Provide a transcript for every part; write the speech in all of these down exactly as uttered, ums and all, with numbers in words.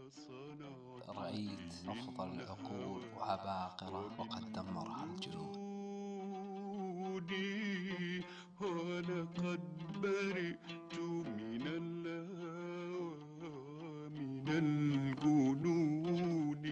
رأيت أفضل العقول وعباقرة وقد دمرها الجنون. ولقد برئت من اللهوى من الجنون.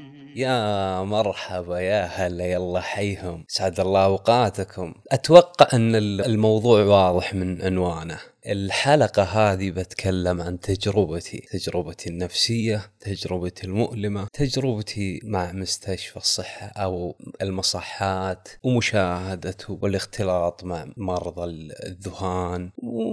يا مرحبا، يا هلا، يلا حيهم، سعد الله أوقاتكم. أتوقع أن الموضوع واضح من عنوانه. الحلقة هذه بتكلم عن تجربتي تجربتي النفسية، تجربتي المؤلمة، تجربتي مع مستشفى الصحة أو المصحات ومشاهدته والاختلاط مع مرضى الذهان،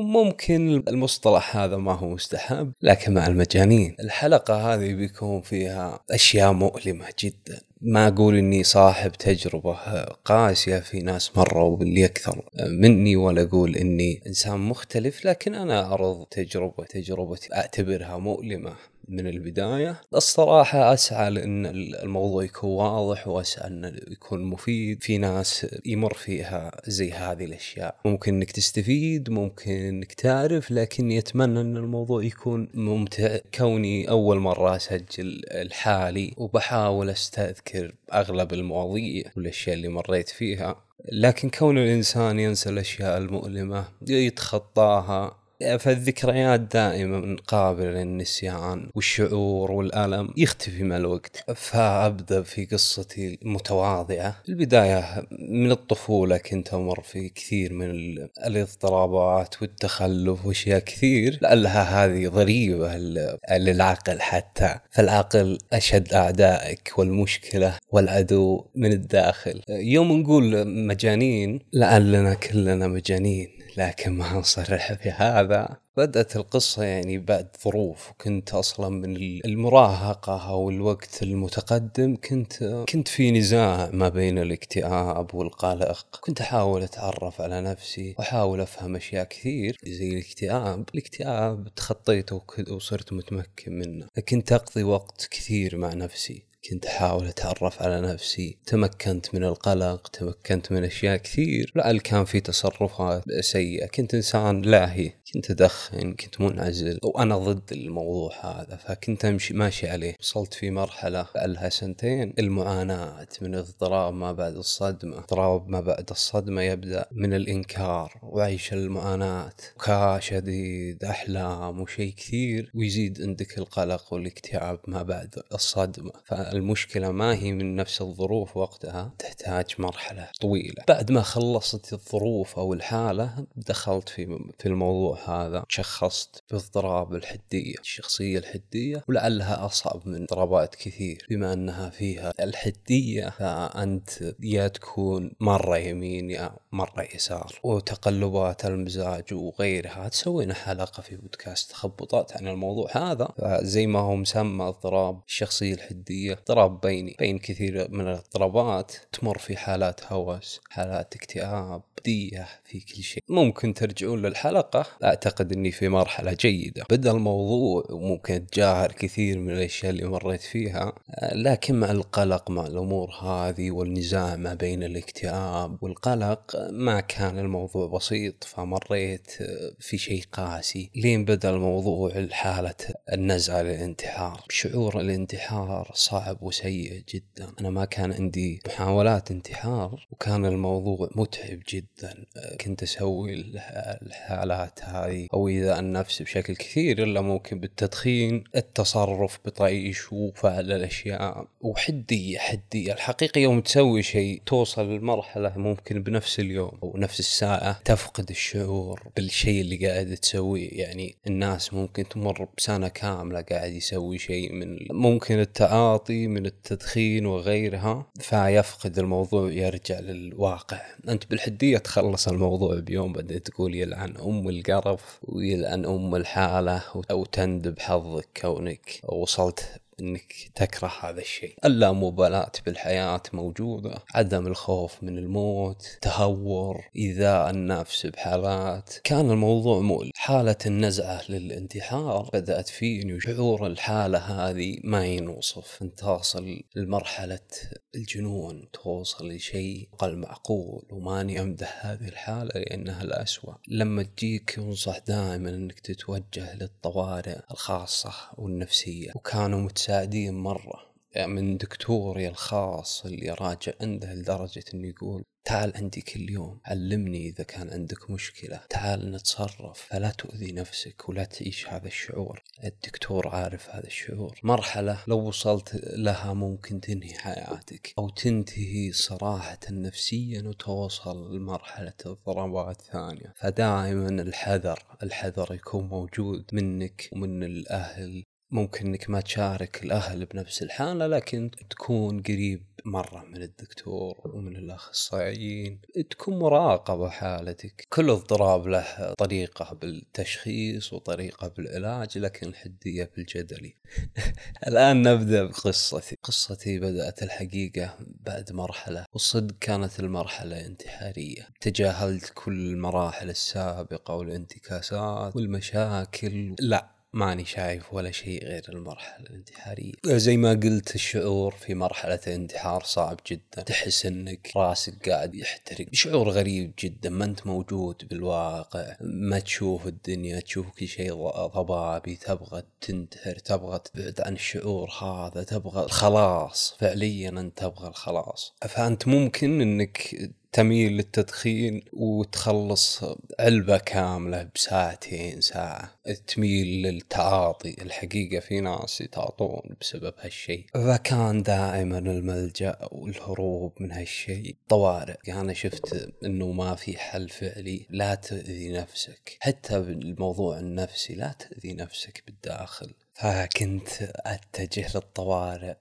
وممكن المصطلح هذا ما هو مستحب، لكن مع المجانين. الحلقة هذه بيكون فيها أشياء مؤلمة جدا. ما أقول إني صاحب تجربة قاسية، في ناس مروا باللي أكثر مني، ولا أقول إني إنسان مختلف، لكن أنا أعرض تجربة تجربتي أعتبرها مؤلمة من البداية. الصراحة أسعى لأن الموضوع يكون واضح، وأسعى أن يكون مفيد. في ناس يمر فيها زي هذه الأشياء، ممكن إنك تستفيد، ممكن إنك تعرف، لكن يتمنى أن الموضوع يكون ممتع. كوني أول مرة أسجل الحالي وبحاول أستذكر أغلب المواضيع والأشياء اللي مريت فيها، لكن كون الإنسان ينسى الأشياء المؤلمة يتخطاها، فالذكريات دائما قابلة للنسيان، والشعور والألم يختفي مع الوقت. فأبدأ في قصتي المتواضعة. البداية من الطفولة، كنت أمر في كثير من الاضطرابات والتخلف وأشياء كثير، لعلها هذه ضريبة للعقل حتى، فالعقل أشد أعدائك، والمشكلة والعدو من الداخل. يوم نقول مجانين، لعلنا كلنا مجانين، لكن ما نصرح في هذا. بدأت القصة يعني بعد ظروف، وكنت أصلا من المراهقة أو الوقت المتقدم، كنت كنت في نزاع ما بين الاكتئاب والقلق. كنت أحاول أتعرف على نفسي وأحاول أفهم أشياء كثير زي الاكتئاب. الاكتئاب تخطيته وصرت متمكن منه، كنت أقضي وقت كثير مع نفسي، كنت أحاول أتعرف على نفسي. تمكنت من القلق، تمكنت من أشياء كثير. لعل كان في تصرفات سيئة، كنت إنسان لاهي، كنت أدخن، كنت منعزل، وأنا ضد الموضوع هذا، فكنت أمشي ماشي عليه. وصلت في مرحلة لها سنتين المعاناة من اضطراب ما بعد الصدمة. اضطراب ما بعد الصدمة يبدأ من الإنكار وعيش المعاناة، وكا شديد، أحلام وشيء كثير، ويزيد عندك القلق والاكتئاب ما بعد الصدمة. المشكلة ما هي من نفس الظروف وقتها، تحتاج مرحلة طويلة. بعد ما خلصت الظروف أو الحالة، دخلت في في الموضوع هذا، شخصت باضطراب الحدية، الشخصية الحدية، ولعلها أصعب من اضطرابات كثير، بما أنها فيها الحدية فأنت يا تكون مرة يمين يا مرة يسار، وتقلبات المزاج وغيرها. تسوينا حلقة في بودكاست تخبطات عن الموضوع هذا. زي ما هو مسمى اضطراب الشخصية الحدية، اضطراب بيني بين كثير من الاضطرابات. تمر في حالات هوس، حالات اكتئاب، بدية في كل شيء. ممكن ترجعون للحلقة. أعتقد أني في مرحلة جيدة. بدأ الموضوع وممكن أتجاهل كثير من الأشياء اللي مريت فيها، لكن مع القلق مع الأمور هذه والنزاع ما بين الاكتئاب والقلق، ما كان الموضوع بسيط. فمريت في شيء قاسي لين بدأ الموضوع الحالة النزعة للانتحار. شعور الانتحار صعب وسيء جدا. أنا ما كان عندي محاولات انتحار، وكان الموضوع متعب جدا. كنت أسوي الحالات هذه أو إذا النفس بشكل كثير، إلا ممكن بالتدخين، التصرف بطيش وفعل الأشياء وحدية حدية. الحقيقة يوم تسوي شيء توصل للمرحلة ممكن بنفس اليوم أو نفس الساعة تفقد الشعور بالشيء اللي قاعد تسويه. يعني الناس ممكن تمر بسنة كاملة قاعد يسوي شيء من ممكن التعاطي من التدخين وغيرها، فيفقد الموضوع، يرجع للواقع. أنت بالحدية تخلص الموضوع بيوم، بعدين تقول يلعن أم القرف ويلعن أم الحالة، أو تندب حظك كونك وصلت أنك تكره هذا الشيء. اللامبالاة بالحياة موجودة، عدم الخوف من الموت، تهور، إيذاء النفس بحالات. كان الموضوع مؤلم. حالة النزعة للانتحار بدأت فيني، وشعور الحالة هذه ما ينوصف. أنت تصل لمرحلة الجنون، توصل لشيء قل معقول، وماني أمدح هذه الحالة لأنها الأسوأ. لما تجيك ينصح دائما أنك تتوجه للطوارئ الخاصة والنفسية، وكانوا متساعدين مساعدين مرة، يعني من دكتوري الخاص اللي راجع عنده لدرجة إنه يقول تعال عندي كل يوم علمني إذا كان عندك مشكلة، تعال نتصرف، فلا تؤذي نفسك ولا تعيش هذا الشعور. الدكتور عارف هذا الشعور. مرحلة لو وصلت لها ممكن تنهي حياتك أو تنتهي صراحة نفسيا وتوصل لمرحلة اضطرابات ثانية. فدائما الحذر الحذر يكون موجود منك ومن الأهل. ممكن إنك ما تشارك الأهل بنفس الحالة، لكن تكون قريب مرة من الدكتور ومن الأخصائيين، تكون مراقبة حالتك. كل اضطراب له طريقة بالتشخيص وطريقة بالعلاج، لكن الحدية بالجدلي. الآن نبدأ بقصتي. قصتي بدأت الحقيقة بعد مرحلة، والصدق كانت المرحلة انتحارية. تجاهلت كل المراحل السابقة والانتكاسات والمشاكل. لا، ماني شايف ولا شيء غير المرحلة الانتحارية. زي ما قلت، الشعور في مرحلة الانتحار صعب جدا. تحس انك راسك قاعد يحترق، شعور غريب جدا، ما انت موجود بالواقع، ما تشوف الدنيا، تشوف كل شيء ضبابي، تبغى تنتحر، تبغى تبعد عن الشعور هذا، تبغى الخلاص. فعليا انت تبغى الخلاص. فانت ممكن انك تميل للتدخين وتخلص علبة كاملة بساعتين ساعة، تميل للتعاطي. الحقيقة في ناس يتعاطون بسبب هالشيء. فكان دائما الملجأ والهروب من هالشيء طوارئ. أنا شفت أنه ما في حل فعلي. لا تأذي نفسك، حتى بالموضوع النفسي لا تأذي نفسك بالداخل. فكنت أتجه للطوارئ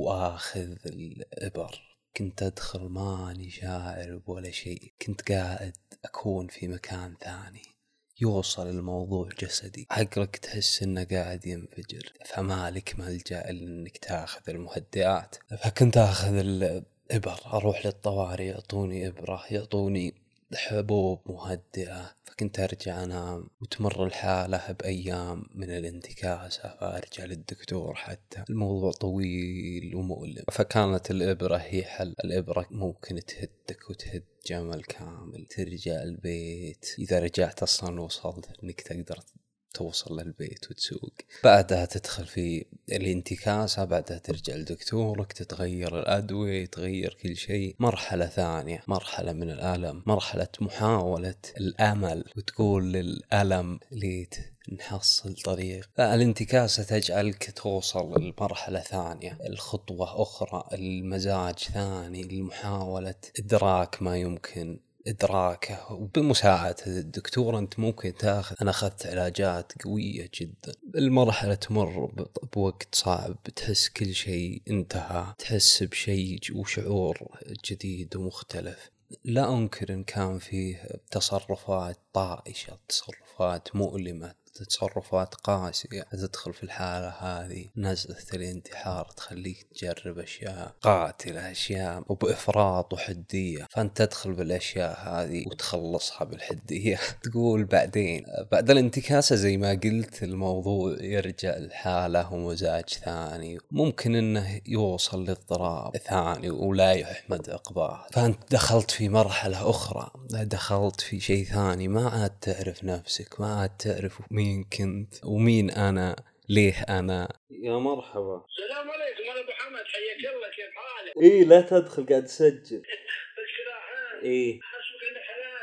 وآخذ الإبر. كنت أدخل ماني شاعر ولا شيء، كنت قاعد أكون في مكان ثاني. يوصل الموضوع جسدي، عقلك تحس إنه قاعد ينفجر، فمالك ملجأ إلا إنك تأخذ المهدئات. فكنت أخذ الإبر، أروح للطوارئ يعطوني إبرة، يعطوني حبوب مهدئة. فكنت أرجع أنام وتمر الحالة بأيام من الانتكاسة، فأرجع للدكتور. حتى الموضوع طويل ومؤلم. فكانت الإبرة هي حل. الإبرة ممكن تهدك وتهد جمل كامل. ترجع البيت، إذا رجعت أصلا وصلت إنك تقدر توصل للبيت وتسوق. بعدها تدخل في الانتكاسة، بعدها ترجع لدكتورك، تتغير الأدوية، تغير كل شيء. مرحلة ثانية، مرحلة من الألم، مرحلة محاولة الأمل، وتقول للألم ليت نحصل طريق. الانتكاسة تجعلك توصل لمرحلة ثانية، الخطوة أخرى، المزاج ثاني، المحاولة إدراك ما يمكن إدراكه. وبمساعدة الدكتور أنت ممكن تأخذ. أنا أخذت علاجات قوية جدا. المرحلة تمر بوقت صعب، تحس كل شيء انتهى، تحس بشيء وشعور جديد ومختلف. لا أنكر إن كان فيه تصرفات طائشة، تصرفات مؤلمة، تصرفات قاسية. تدخل في الحالة هذه نزلة الانتحار تخليك تجرب أشياء قاتلة، أشياء وبإفراط وحدية. فأنت تدخل بالأشياء هذه وتخلصها بالحدية. تقول بعدين بعد الانتكاسة زي ما قلت الموضوع يرجع الحالة ومزاج ثاني، ممكن إنه يوصل للاضطراب ثاني ولا يحمد عقباه. فأنت دخلت في مرحلة أخرى، دخلت في شيء ثاني. ما عاد تعرف نفسك، ما عاد تعرف مين كنت ومين أنا، ليه أنا. يا مرحبا. السلام عليكم، أنا أبو حمد، حياك الله، كيف حالك؟ إيه لا تدخل، قاعد تسجل. بالشراحات. إيه. حسبك عندك حلال.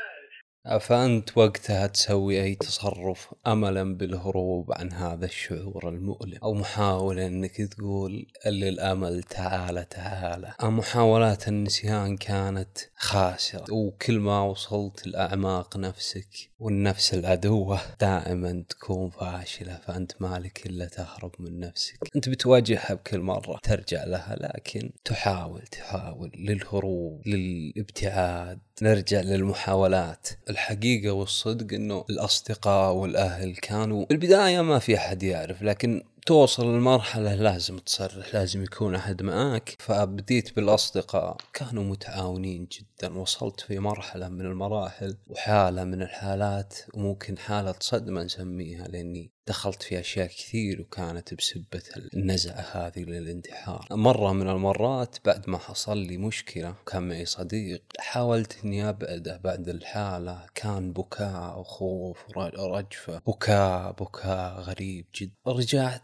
فأنت وقتها تسوي أي تصرف أملا بالهروب عن هذا الشعور المؤلم، أو محاولة أنك تقول للأمل تعالى تعالى. محاولات النسيان كانت خاسرة، وكل ما وصلت لأعماق نفسك والنفس العدوة دائما تكون فاشلة. فأنت مالك إلا تهرب من نفسك. أنت بتواجهها بكل مرة، ترجع لها، لكن تحاول تحاول للهروب، للابتعاد. نرجع للمحاولات. الحقيقة والصدق أنه الأصدقاء والأهل كانوا البداية ما في أحد يعرف، لكن توصل المرحلة لازم تصرح، لازم يكون أحد معاك. فبديت بالأصدقاء، كانوا متعاونين جدا. وصلت في مرحلة من المراحل وحالة من الحالات، وممكن حالة صدمة نسميها، لأني دخلت في أشياء كثير وكانت بسبة النزعة هذه للانتحار. مرة من المرات بعد ما حصل لي مشكلة، كان معي صديق، حاولت أني أبعده بعد الحالة. كان بكاء وخوف ورجفة، بكاء بكاء غريب جدا. رجعت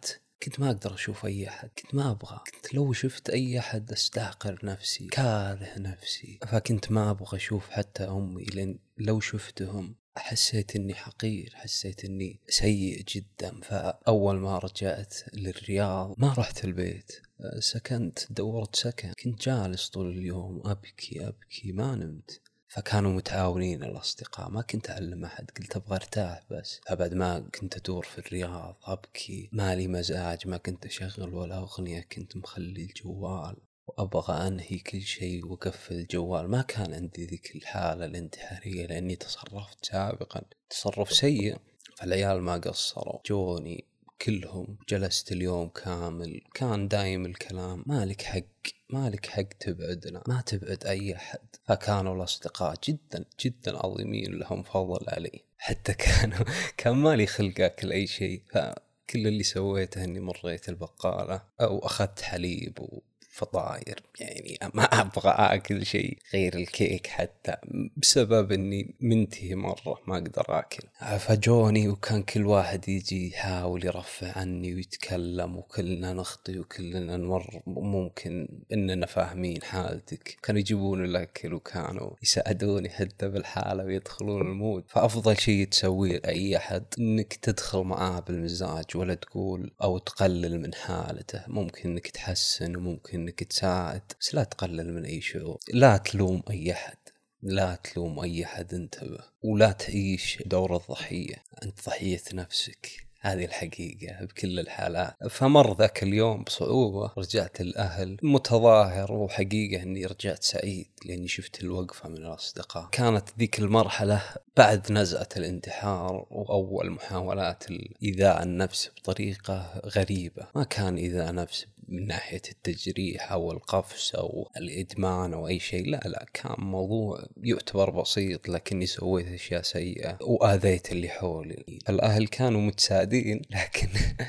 كنت ما أقدر أشوف أي أحد، كنت ما أبغى، كنت لو شفت أي أحد أستحقر نفسي، كاره نفسي. فكنت ما أبغى أشوف حتى أمي، لأن لو شفتهم حسيت إني حقير، حسيت إني سيء جدا. فأول ما رجعت للرياض ما رحت البيت، سكنت، دورت سكن، كنت جالس طول اليوم أبكي أبكي ما نمت. فكانوا متعاونين الأصدقاء، ما كنت أعلم أحد، قلت أبغى أرتاح بس. فبعد ما كنت أدور في الرياض أبكي، مالي مزاج، ما كنت أشغل ولا أغنية، كنت مخلي الجوال وأبغى أنهي كل شيء وقفل الجوال. ما كان عندي ذيك الحالة الانتحارية لأني تصرفت سابقا تصرف سيء. فالعيال ما قصروا، جوني كلهم، جلست اليوم كامل، كان دايم الكلام مالك حق مالك حق تبعدنا، ما تبعد أي أحد. فكانوا الأصدقاء جدا جدا عظيمين، لهم فضل علي. حتى كانوا كان مالي خلق أكل أي شيء، فكل اللي سويته أني مريت البقالة أو أخذت حليب وفطاير، يعني ما أبغى أكل شيء غير الكيك حتى، بسبب أني منتهي مرة ما أقدر أكل. فجوني وكان كل واحد يجي يحاول يرفع عني ويتكلم، وكلنا نخطي وكلنا نمر، ممكن إننا فاهمين حالتك. كانوا يجيبون الأكل وكانوا يساعدوني حتى بالحالة ويدخلون المود. فأفضل شيء تسويه لأي أحد إنك تدخل معاه بالمزاج، ولا تقول أو تقلل من حالته. ممكن إنك تحسن وممكن إنك تساعد، بس لا تقلل من أي شعور. لا تلوم أي أحد، لا تلوم أي أحد، انتبه، ولا تعيش دور الضحية، أنت ضحية نفسك، هذه الحقيقة بكل الحالات. فمر ذاك اليوم بصعوبة، رجعت الأهل متظاهر، وحقيقة أني رجعت سعيد لأني شفت الوقفة من الأصدقاء. كانت ذيك المرحلة بعد نزعة الانتحار وأول محاولات إيذاء النفس بطريقة غريبة. ما كان إيذاء نفس من ناحية التجريح أو القفز أو الإدمان أو أي شيء، لا لا، كان موضوع يعتبر بسيط، لكني سويت أشياء سيئة وآذيت اللي حولي. الأهل كانوا متساعدين، لكن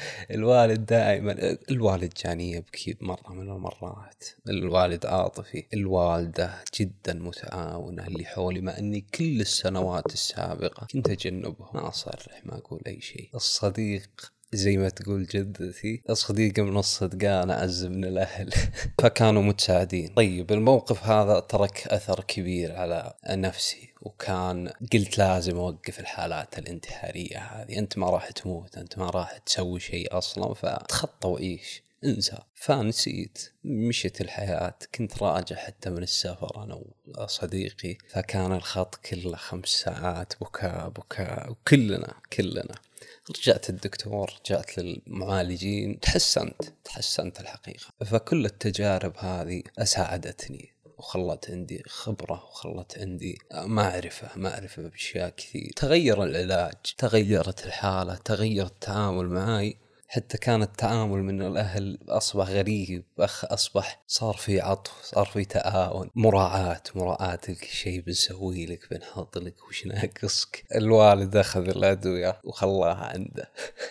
الوالد دائما، الوالد جاني يبكي مرة من المرات، الوالد عاطفي، الوالدة جدا متعاونة اللي حولي، مع أني كل السنوات السابقة كنت أجنبه، ما أصرح، ما أقول أي شيء. الصديق زي ما تقول جدتي، الصديق من الصدقان أعز من الأهل. فكانوا متساعدين. طيب الموقف هذا ترك أثر كبير على نفسي، وكان قلت لازم أوقف الحالات الانتحارية هذه. أنت ما راح تموت، أنت ما راح تسوي شيء أصلا، فتخطى وعيش، انسى. فنسيت، مشيت الحياة. كنت راجع حتى من السفر أنا وصديقي، فكان الخط كله خمس ساعات بكاء بكاء، وكلنا كلنا رجعت الدكتور، رجعت للمعالجين، تحسنت تحسنت الحقيقة. فكل التجارب هذه أساعدتني وخلت عندي خبرة، وخلت عندي معرفة معرفة بأشياء كثير. تغير العلاج، تغيرت الحالة، تغير التعامل معي. حتى كان التعامل من الأهل أصبح غريب، أخ أصبح صار في عطف، صار في تعاون، مراعاة مراعاة لك شيء بنسوي لك، بنحط لك وش ناقصك. الوالد أخذ الأدوية وخلاها عنده.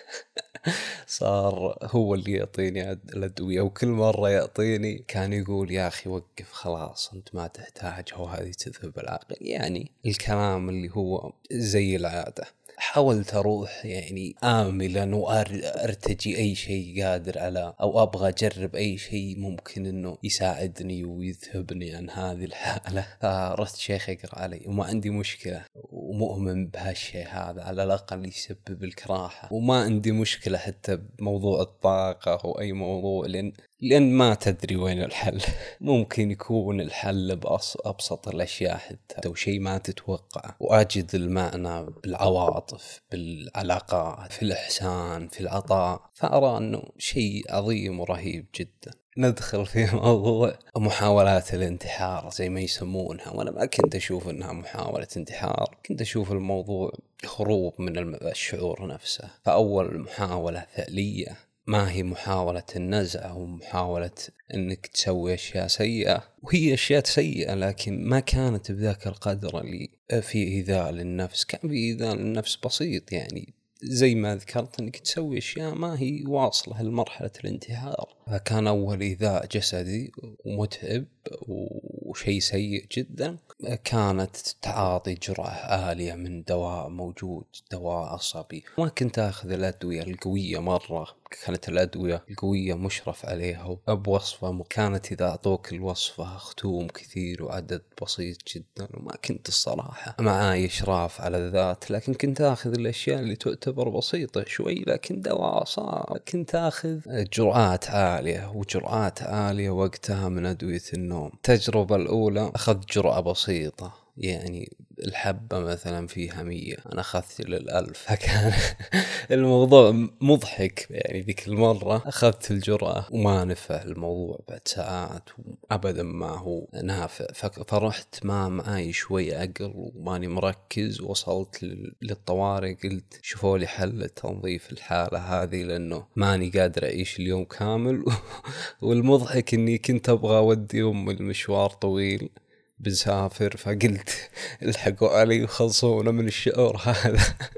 صار هو اللي يعطيني الأدوية، وكل مرة يعطيني كان يقول يا أخي وقف خلاص، أنت ما تحتاجها وهذه تذهب العقل. يعني الكلام اللي هو زي العادة. حاولت أروح يعني آملا وأرتجي أي شيء قادر على، أو أبغى أجرب أي شيء ممكن أنه يساعدني ويذهبني عن هذه الحالة. فرحت شيخ يقرأ علي، وما عندي مشكلة، ومؤمن بهالشيء هذا على الأقل يسبب الكراهة، وما عندي مشكلة حتى بموضوع الطاقة أو أي موضوع، لأن لأن ما تدري وين الحل. ممكن يكون الحل بأبسط الأشياء حتى، أو شيء ما تتوقع. وأجد المعنى بالعواطف، بالعلاقات، في الإحسان، في العطاء. فأرى أنه شيء عظيم ورهيب جدا. ندخل في موضوع محاولات الانتحار زي ما يسمونها، وأنا ما كنت أشوف أنها محاولة انتحار، كنت أشوف الموضوع هروب من الشعور نفسه. فأول محاولة فعلية ما هي محاولة النزع أو محاولة أنك تسوي أشياء سيئة، وهي أشياء سيئة لكن ما كانت بذاك القدر اللي في إيذاء للنفس. كان في إيذاء للنفس بسيط، يعني زي ما ذكرت أنك تسوي أشياء ما هي واصلة لمرحلة الانتحار. فكان أول إيذاء جسدي ومتعب وشيء سيء جدا، كانت تعاطي جرعة عالية من دواء موجود، دواء عصبي. ما كنت أخذ الأدوية القوية مرة، كانت الأدوية القوية مشرف عليها بوصفة، كانت إذا أعطوك الوصفة ختوم كثير وعدد بسيط جدا، وما كنت الصراحة معاي إشراف على الذات، لكن كنت أخذ الأشياء اللي تعتبر بسيطة شوي لكن دواء صعب. كنت أخذ جرعات عالية وجرعات عالية وقتها من أدوية النوم. التجربة الأولى أخذت جرعة بسيطة، يعني الحبة مثلا فيها مية، أنا أخذت للألف، فكان الموضوع مضحك. يعني ذيك المرة أخذت الجرعة وما نفع الموضوع بعد ساعات، وأبدا ما هو نافع. فرحت ما معاي شوي عقل وماني مركز، وصلت للطوارئ، قلت شوفوا لي حل تنظيف الحالة هذه لأنه ماني قادر أعيش اليوم كامل. والمضحك أني كنت أبغى أودي أم المشوار طويل بنسافر، فقلت الحقوا علي وخلصونا من الشعور هذا.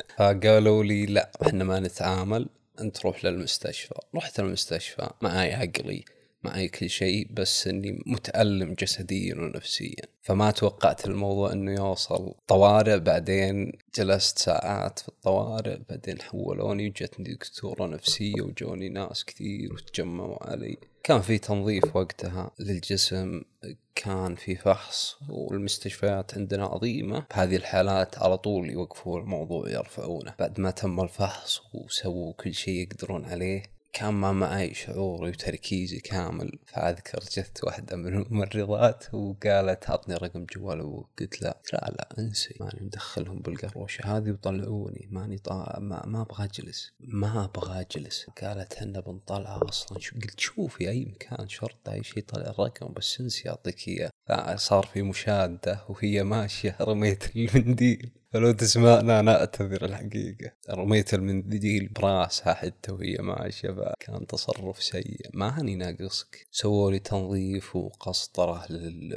فقالوا لي لا احنا ما نتعامل، انت روح للمستشفى. رحت المستشفى معاي عقلي معاي كل شيء، بس اني متألم جسديا ونفسيا. فما توقعت الموضوع انه يوصل طوارئ. بعدين جلست ساعات في الطوارئ، بعدين حولوني وجتني دكتورة نفسية وجوني ناس كثير وتجمعوا علي. كان في تنظيف وقتها للجسم، كان في فحص، والمستشفيات عندنا عظيمة بهذه الحالات على طول يوقفوا الموضوع يرفعونه. بعد ما تم الفحص وسووا كل شيء يقدرون عليه، كان ما معي شعوري وتركيزي كامل. فأذكر جت واحدة من الممرضات وقالت عطني رقم جوال أبوك. قلت لا لا لا انسي، ماني مدخلهم بالقروشة هذه وطلعوني، ماني طا... ما ما أبغى أجلس ما أبغى أجلس. قالت هنا بنطلع أصلا. شو قلت شوفي أي مكان شرطة أي شيء طلع الرقم بس انسي أعطيك إياه. صار في مشادة وهي ماشية، رميت المنديل. فلو تسمعنا أنا أعتذر الحقيقة، رميت المنديل براسها حتى وهي ماشية، فكان تصرف سيء. ما هني ناقصك. سووا لي تنظيف وقسطرة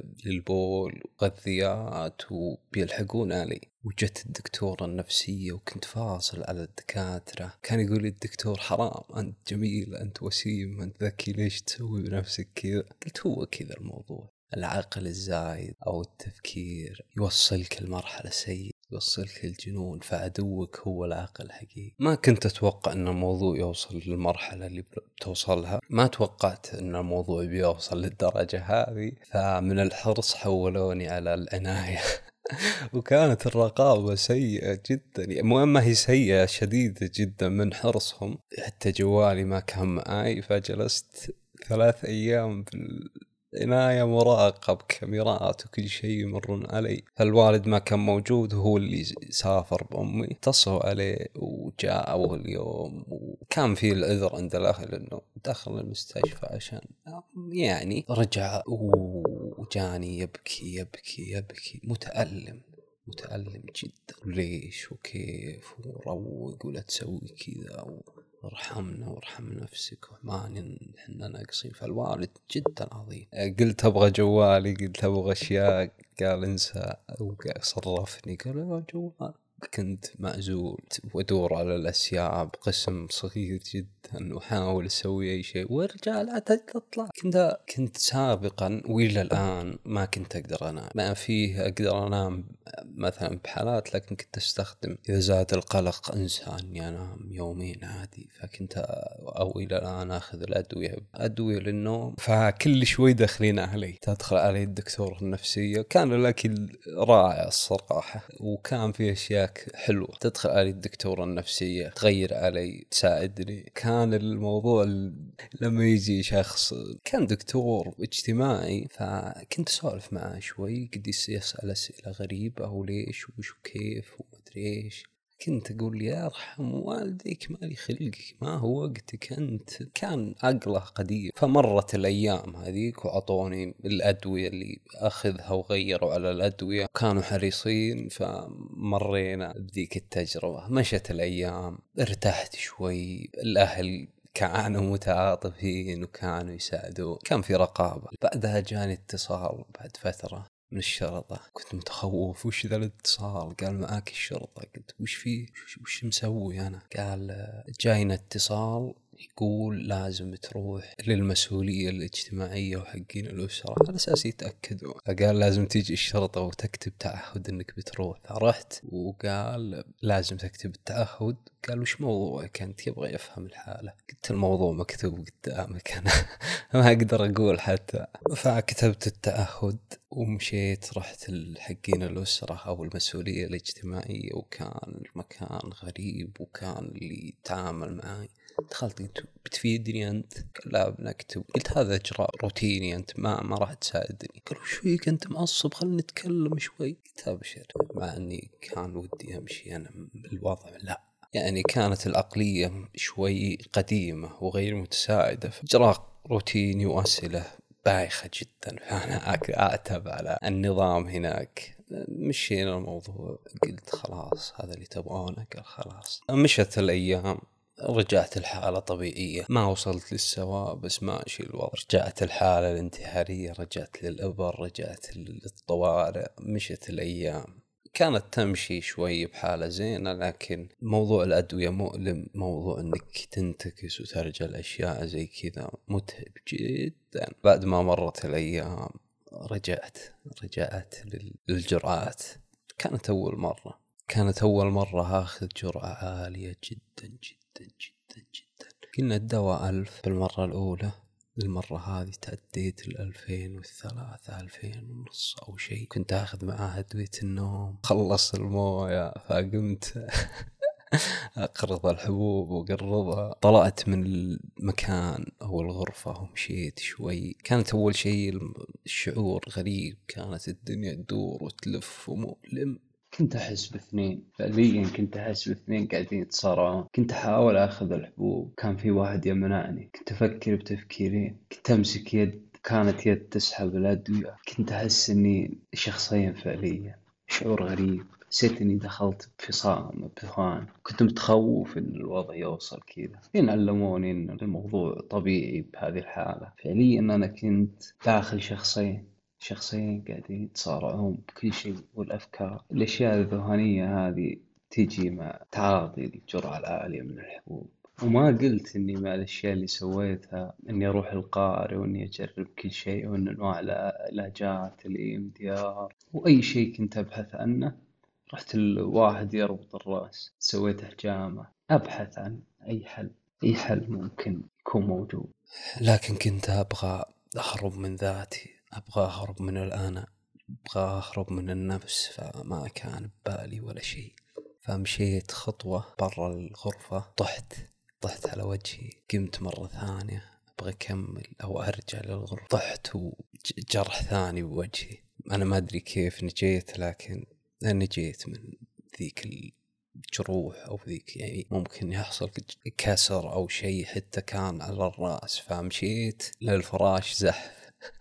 للبول وغذيات وبيلحقون علي. وجت الدكتورة النفسية وكنت فاصل على الدكاترة. كان يقول لي الدكتور حرام، أنت جميل، أنت وسيم، أنت ذكي، ليش تسوي بنفسك كذا؟ قلت هو كذا الموضوع، العقل الزايد أو التفكير يوصلك المرحلة سيئة، يوصلك الجنون. فعدوك هو العقل الحقيقي. ما كنت أتوقع أن الموضوع يوصل للمرحلة اللي بتوصلها، ما توقعت أن الموضوع بيوصل للدرجة هذه. فمن الحرص حولوني على العناية. وكانت الرقابة سيئة جدا، يعني ما هي سيئة، شديدة جدا من حرصهم. حتى جوالي ما كان معي، فجلست ثلاث أيام بالعناية مراقب، كاميرات وكل شيء يمرون علي. فالوالد ما كان موجود، هو اللي سافر بأمي، اتصلوا عليه وجاء أول يوم. وكان في العذر عند الأهل أنه دخل المستشفى عشان يعني رجع، وجاني يبكي يبكي يبكي متألم متألم جدا. ليش وكيف وروق ولا تسوي كذا وارحمنا وارحم نفسك وما نحن ناقصين. فالوالد جدا عظيم. قلت أبغى جوالي، قلت أبغى أشياء، قال انسى. وصرفني قال لا جوال. كنت معزول وادور على الأشياء بقسم صغير جدا وحاول أسوي أي شيء وارجع لا تطلع. كنت كنت سابقا وإلى الآن ما كنت أقدر أنام. ما فيه أقدر أنام مثلا بحالات، لكن كنت أستخدم إذا زاد القلق أنسى أني أنام يومين عادي. فكنت أو إلى الآن أخذ الأدوية أدوية للنوم. فكل شوي داخلين علي، تدخل علي الدكتور النفسية. كان الأكل رائع الصراحة، وكان فيه أشياء حلوة. تدخل علي الدكتورة النفسية تغير علي، تساعدني. كان الموضوع لما يجي شخص كان دكتور اجتماعي، فكنت أسولف معه شوي، قد يسأل أسئلة غريبة وليش وش وكيف ومدري إيش. كنت أقول يا أرحم والديك مالي خلقك، ما هو وقتك أنت. كان عقله قديم. فمرت الأيام هذيك وعطوني الأدوية اللي أخذها وغيروا على الأدوية، كانوا حريصين. فمرينا بذيك التجربة، مشت الأيام، ارتحت شوي. الأهل كانوا متعاطفين وكانوا يساعدون، كان في رقابة. بعدها جاني اتصال بعد فترة من الشرطة. كنت متخوف، وش ذا الاتصال؟ قال معاك الشرطة. قلت وش فيه؟ وش مسوي أنا؟ قال جاينا اتصال يقول لازم تروح للمسؤولية الاجتماعية وحقين الأسرة على أساس يتأكدوا. فقال لازم تيجي الشرطة وتكتب تعهد إنك بتروح. فرحت وقال لازم تكتب التعهد. قال وش موضوعك أنت؟ يبغى يفهم الحالة. قلت الموضوع مكتوب قدامك أنا ما أقدر أقول حتى. فكتبت التعهد ومشيت رحت الحقين الأسرة أو المسؤولية الاجتماعية، وكان المكان غريب وكان اللي يتعامل معي. دخلت قلت بتفيدني أنت؟ قال لا بنكتب. قلت هذا إجراء روتيني أنت ما ما راح تساعدني. قالوا شو فيك أنت معصب خلنا نتكلم شوي. قلت أبشر. مع أني كان ودي أمشي أنا بالوضع لا يعني كانت العقلية شوي قديمة وغير متساعدة. إجراء روتيني وأسئلة بايخة جدا. فأنا أعتب على النظام هناك. مشينا الموضوع. قلت خلاص هذا اللي تبغونه. قال خلاص. مشت الأيام رجعت الحالة طبيعية. ما وصلت للسواء بس ماشي الوضع. رجعت الحالة الانتحارية، رجعت للإبر، رجعت للطوارئ. مشت الأيام كانت تمشي شوي بحالة زينة، لكن موضوع الأدوية مؤلم. موضوع أنك تنتكس وترجع الأشياء زي كذا متعب جدا. بعد ما مرت الأيام رجعت رجعت للجرعات. كانت أول مرة كانت أول مرة أخذ جرعة عالية جدا جدا جدا جدا. كنا الدواء ألف بالمرة الأولى. المرة هذه تعديت الألفين والثلاثة ألفين ونص أو شيء. كنت أخذ معاه أدوية النوم. خلص الموية فقمت أقرض الحبوب وقرضها. طلعت من المكان أو الغرفة ومشيت شوي. كانت أول شيء الشعور غريب. كانت الدنيا تدور وتلف ومؤلم. كنت أحس باثنين فعليا. كنت أحس باثنين قاعدين يتصارعون. كنت أحاول أخذ الحبوب كان في واحد يمنعني. كنت أفكر بتفكيرين. كنت أمسك يد كانت يد تسحب الأدوية. كنت أحس إني شخصيا فعليا. شعور غريب. حسيت إني دخلت بفصام بثوان. كنت متخوف إن الوضع يوصل كذا. لين علموني إن الموضوع طبيعي بهذه الحالة. فعليا أنا كنت داخل شخصين شخصين قاعدين يتصارعون بكل شيء. والأفكار الأشياء الذهنية هذه تجي مع تعاطي الجرعة العالية من الحبوب. وما قلت إني مع الأشياء اللي سويتها إني أروح القارئ وإني أجرب كل شيء وإن أنواع العلاجات الإي إم دي آر وأي شيء كنت أبحث عنه. رحت الواحد يربط الرأس سويت حجامة أبحث عن أي حل أي حل ممكن يكون موجود. لكن كنت أبغى أهرب من ذاتي. أبغى أهرب من الأنا. أبغى أهرب من النفس. فما كان ببالي ولا شيء. فمشيت خطوة برا الغرفة. طحت طحت على وجهي. قمت مرة ثانية أبغى أكمل أو أرجع للغرفة. طحت وجرح ثاني بوجهي. أنا ما أدري كيف نجيت، لكن نجيت من ذيك الجروح أو ذيك يعني ممكن يحصل كسر أو شيء حتى كان على الرأس. فمشيت للفراش زحف.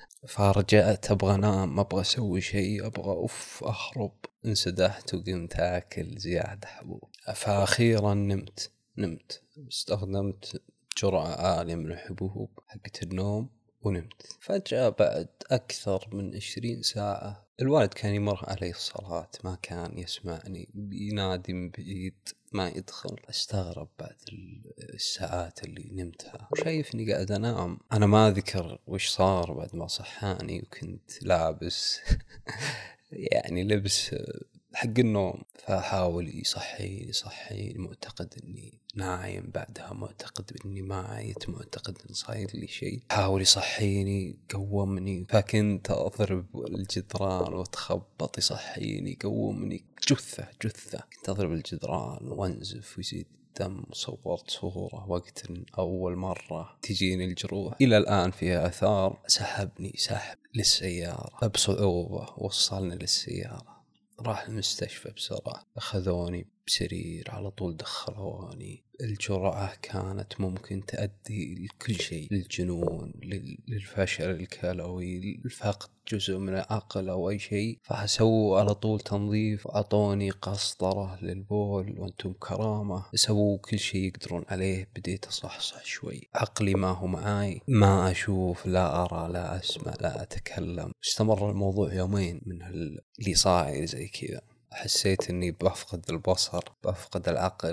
فرجعت أبغى أنام. أبغى أسوي شيء. أبغى أف أهرب. انسدحت وقمت أكل زيادة حبوب. فأخيرا نمت نمت استخدمت جرعة عالية من الحبوب حقت النوم ونمت. فجأة بعد أكثر من عشرين ساعة الوالد كان يمر علي الصلاة. ما كان يسمعني. ينادي من بعيد ما يدخل. استغرب بعد الساعات اللي نمتها وشايفني قاعد أنام. أنا ما أذكر وش صار بعد ما صحاني. وكنت لابس يعني لبس حق النوم. فحاول يصحيني يصحيني معتقد اني نايم. بعدها معتقد اني مايت. معتقد ان صاير لي شيء. حاول يصحيني قومني. فكنت اضرب الجدران واتخبط. يصحيني قومني. جثة جثة. كنت اضرب الجدران وانزف ويزيد الدم. صورت صورة وقت اول مرة تجيني الجروح. الى الان فيها اثار. سحبني سحب للسيارة بصعوبة. وصلني للسيارة. راح المستشفى بسرعة. أخذوني بسرير على طول. دخلوني. الجرعة كانت ممكن تؤدي لكل شيء. للجنون للفشل الكلوي للفقد جزء من العقل أو أي شيء. فسووا على طول تنظيف. أعطوني قسطرة للبول وأنتم كرامة. سووا كل شيء يقدرون عليه. بديت أصحصح شوي. عقلي ما هو معاي. ما أشوف لا أرى لا أسمع لا أتكلم. استمر الموضوع يومين من اللي صاير زي كذا. حسيت أني بفقد البصر بفقد العقل.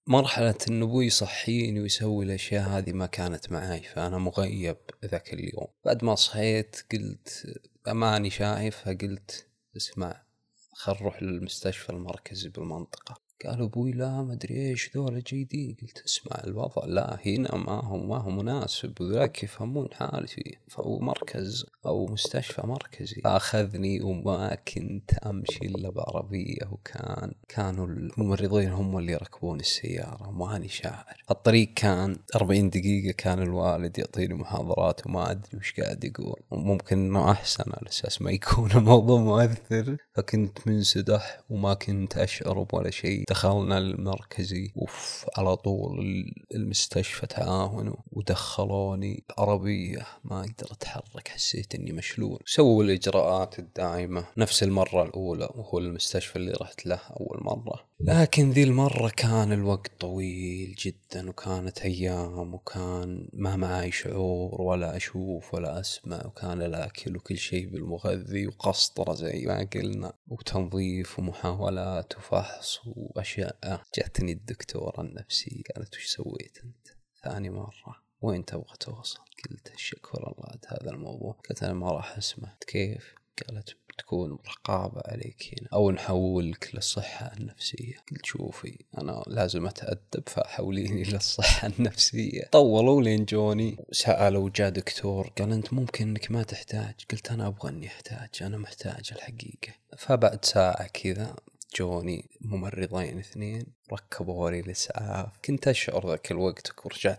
مرحلة إن أبوي يصحيني ويسوي الأشياء هذه ما كانت معاي، فأنا مغيب ذاك اليوم. بعد ما صحيت قلت أماني شايفها، قلت اسمع خل نروح للمستشفى المركزي بالمنطقة. قال أبوي لا ما أدري إيش ذولا جيدين. قلت اسمع الوضع لا هنا ما هو ما هو مناسب، وذاك يفهمون حالتي، فهو مركز أو مستشفى مركزي. أخذني وما كنت أمشي إلا بعربية، وكان كانوا الممرضين هم اللي يركبون السيارة وماني شاعر. الطريق كان أربعين دقيقة، كان الوالد يعطيني محاضرات وما أدري وش قاعد يقول، وممكن إنه أحسن على أساس ما يكون الموضوع مؤثر. فكنت منسدح وما كنت أشعر ولا شيء. دخلنا المركزي وف على طول المستشفى تعاونوا ودخلوني بعربية ما أقدر أتحرك، حسيت إني مشلول. سووا الإجراءات الدائمة نفس المرة الأولى، وهو المستشفى اللي رحت له أول مرة. لكن ذي المرة كان الوقت طويل جدا، وكانت أيام، وكان ما معي شعور ولا أشوف ولا أسمع، وكان الأكل وكل شيء بالمغذي وقسطرة زي ما قلنا، وتنظيف ومحاولات وفحص وأشياء. جاتني الدكتورة النفسية قالت وش سويت أنت ثاني مرة، وين تبغى توصل؟ قلت الشكر الله عاد هذا الموضوع. قلت أنا ما راح أسمع. كيف؟ قالت تكون رقابة عليك هنا أو نحولك للصحة النفسية. قلت شوفي أنا لازم أتأدب، فحوليني للصحة النفسية. طولوا لين جوني سألوا جاء دكتور قال أنت ممكن أنك ما تحتاج. قلت أنا أبغى أني أحتاج، أنا محتاج الحقيقة. فبعد ساعة كذا جوني ممرضين اثنين ركبوني الإسعاف. كنت أشعر ذاك الوقت ورجعت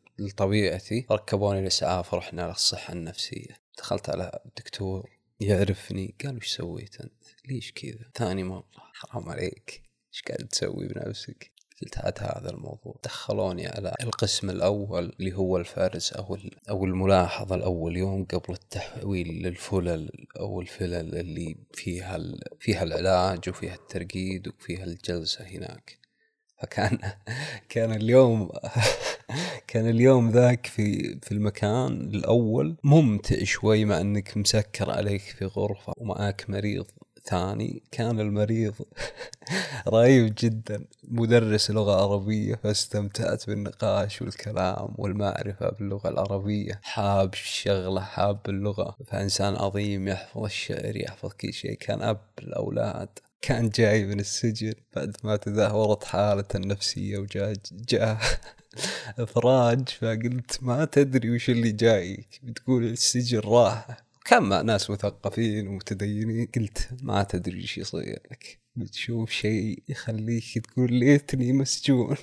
لطبيعتي. ركبوني الإسعاف، رحنا للصحة النفسية. دخلت على الدكتور يعرفني، قال وش سويت أنت؟ ليش كذا ثاني مرة؟ حرام عليك، إيش قاعد تسوي بنفسك؟ قلت هذا هذا الموضوع. دخلوني على القسم الأول اللي هو الفرز أو أو الملاحظة الأول يوم قبل التحويل للفلل أو الفلل اللي فيها فيها العلاج وفيها الترقيد وفيها الجلسة هناك. فكان كان اليوم كان اليوم ذاك في في المكان الأول ممتع شوي، مع أنك مسكر عليك في غرفة ومعاك مريض ثاني. كان المريض رهيب جدا، مدرس لغة عربية، فاستمتعت بالنقاش والكلام والمعرفة باللغة العربية. حاب الشغلة، حاب اللغة، فإنسان عظيم يحفظ الشعر يحفظ كل شيء. كان أب الأولاد، كان جاي من السجن بعد ما تدهورت حالته النفسية وجاء جاء إفراج. فقلت ما تدري وش اللي جايك، بتقول السجن راحة. كان مع ناس مثقفين ومتدينين. قلت ما تدري وش يصير لك، بتشوف شيء يخليك تقول ليتني مسجون.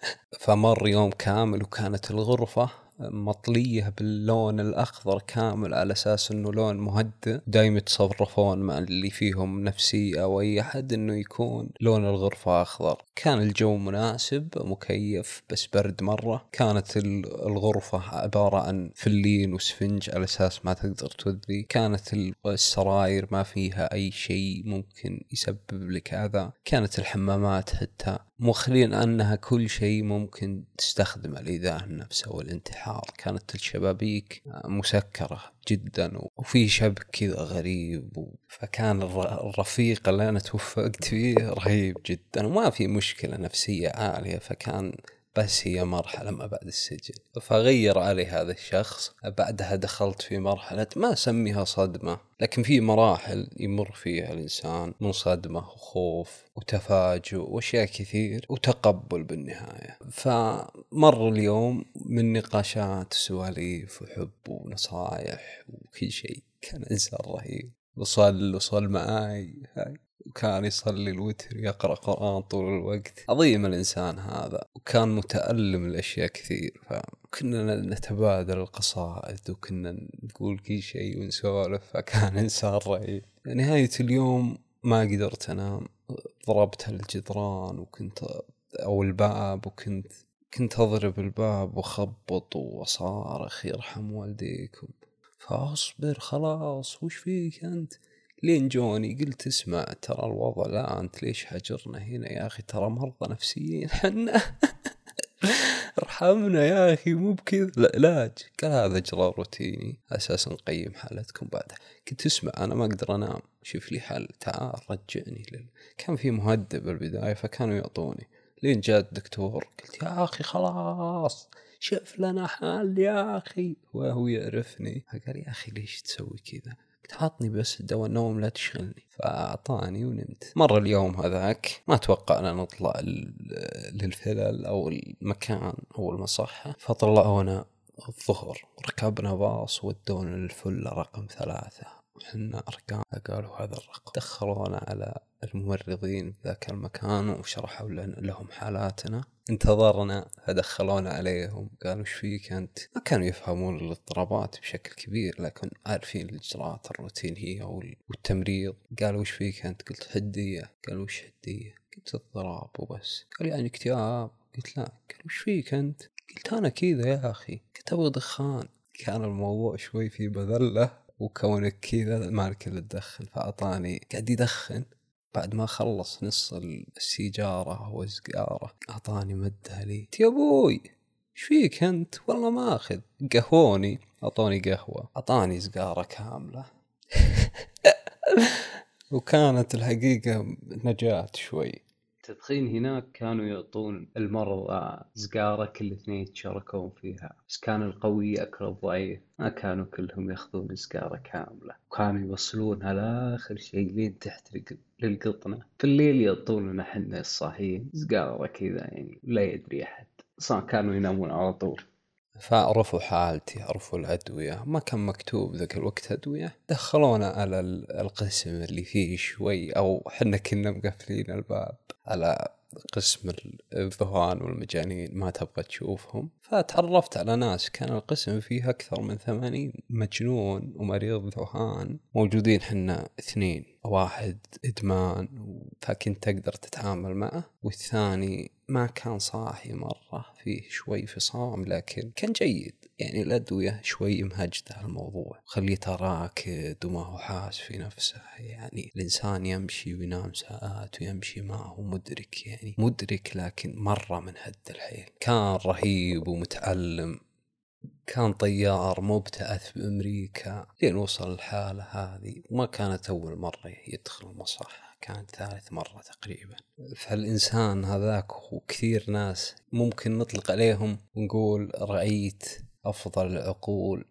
فمر يوم كامل وكانت الغرفة مطلية باللون الأخضر كامل على أساس أنه لون مهدئ. دايما يتصرفون مع اللي فيهم نفسي أو أي أحد أنه يكون لون الغرفة أخضر. كان الجو مناسب مكيف بس برد مرة. كانت الغرفة عبارة عن فلين وسفنج على أساس ما تقدر تذي. كانت السراير ما فيها أي شيء ممكن يسبب لك هذا. كانت الحمامات حتى مخلين أنها كل شيء ممكن تستخدم الإيذاء النفس أو الانتحار. كانت الشبابيك مسكرة جدا وفي شبك كذا غريب. فكان الرفيق اللي أنا توفقت فيه رهيب جدا وما في مشكلة نفسية عالية. فكان بس هي مرحلة ما بعد السجن، فغير علي هذا الشخص. بعدها دخلت في مرحلة ما أسميها صدمة، لكن في مراحل يمر فيها الإنسان من صدمة وخوف وتفاجؤ وأشياء كثير وتقبل بالنهاية. فمر اليوم من نقاشات وسواليف وحب ونصائح وكل شيء. كان إنسان رهيب، وصل وصل معاي هاي، وكان يصلي الوتر يقرأ قرآن طول الوقت. عظيم الإنسان هذا، وكان متألم الأشياء كثير. فكنا نتبادل القصائد وكنا نقول كل شيء ونسولف. فكان إنسان رهيب. نهاية اليوم ما قدرت أنام، ضربت الجدران وكنت أو الباب وكنت كنت أضرب الباب وخبط وصارخ يرحم والديكم. فأصبر خلاص وش فيك أنت؟ لين جوني قلت اسمع ترى الوضع لا أنت ليش حجرنا هنا يا أخي، ترى مرضى نفسيين حنا ارحمنا يا أخي مو بكذا العلاج. قال هذا إجراء روتيني أساسا نقيم حالتكم بعدها. قلت اسمع أنا ما أقدر أنام، شوف لي حل، تعال رجعني لل... كان في مهدئ بالبداية فكانوا يعطوني، لين جاء الدكتور قلت يا أخي خلاص شوف لنا حل يا أخي، وهو يعرفني فقال يا أخي ليش تسوي كذا؟ قلت عطني بس دواء النوم لا تشغلني، فأعطاني ونمت. مر اليوم هذاك ما توقعنا نطلع للفلل أو المكان أو المصحة، فطلعونا الظهر ركبنا باص ودونا للفلة رقم ثلاثة، وحنا أرقام قالوا هذا الرقم. دخلونا على الممرضين بذاك المكان وشرحوا لهم حالاتنا، انتظرنا فدخلونا عليهم قالوا ايش فيك انت؟ ما كانوا يفهمون الاضطرابات بشكل كبير لكن عارفين الاجراءات الروتينية والتمريض. قالوا ايش فيك انت؟ قلت حدية. قالوا ايش حدية؟ قلت اضطراب وبس. قال يعني اكتئاب؟ قلت لا. قالوا ايش فيك انت؟ قلت انا كذا يا اخي كنت ابغى دخان. كان الموضوع شوي في بذلة، وكونك كذا مالك الا تدخن، فاعطاني قاعد يدخن بعد ما خلص نص السيجارة والسجارة أعطاني مدها لي. يا أبوي إيش فيك أنت؟ والله ما أخذ. قهوني أعطوني قهوة، أعطاني سجارة كاملة. وكانت الحقيقة نجاة شوي. التدخين هناك كانوا يعطون المرضى سجارة كل اثنين يتشاركون فيها، بس كان القوي أكل الضعيف، ما كانوا كلهم يأخذون سجارة كاملة، وكانوا يوصلونها لآخر شيء لين تحترق للقطنة. في الليل يعطوننا حنا الصاحيين سجارة كذا يعني لا يدري أحد، صار كانوا ينامون على طول. فعرفوا حالتي، عرفوا الأدوية، ما كان مكتوب ذاك الوقت أدوية. دخلونا على القسم اللي فيه شوي، أو حنا كنا مقفلين الباب على قسم الذهان والمجانين ما تبغى تشوفهم. فتعرفت على ناس، كان القسم فيه أكثر من ثمانين مجنون ومريض ذهان موجودين، حنا اثنين، واحد إدمان فكنت تقدر تتعامل معه، والثاني ما كان صاحي مرة، فيه شوي فصام لكن كان جيد يعني. الأدوية شوي مهجدة الموضوع، خليته راكد وما هو حاس في نفسه. يعني الإنسان يمشي وينام ساعات ويمشي ما هو مدرك، يعني مدرك لكن مرة من هد الحيل. كان رهيب ومتعلم، كان طيار مبتعث في أمريكا لين وصل الحالة هذه، وما كانت أول مرة يدخل المصحة، كانت ثالث مرة تقريبا. فالإنسان هذاك وكثير ناس ممكن نطلق عليهم ونقول رأيت أفضل العقول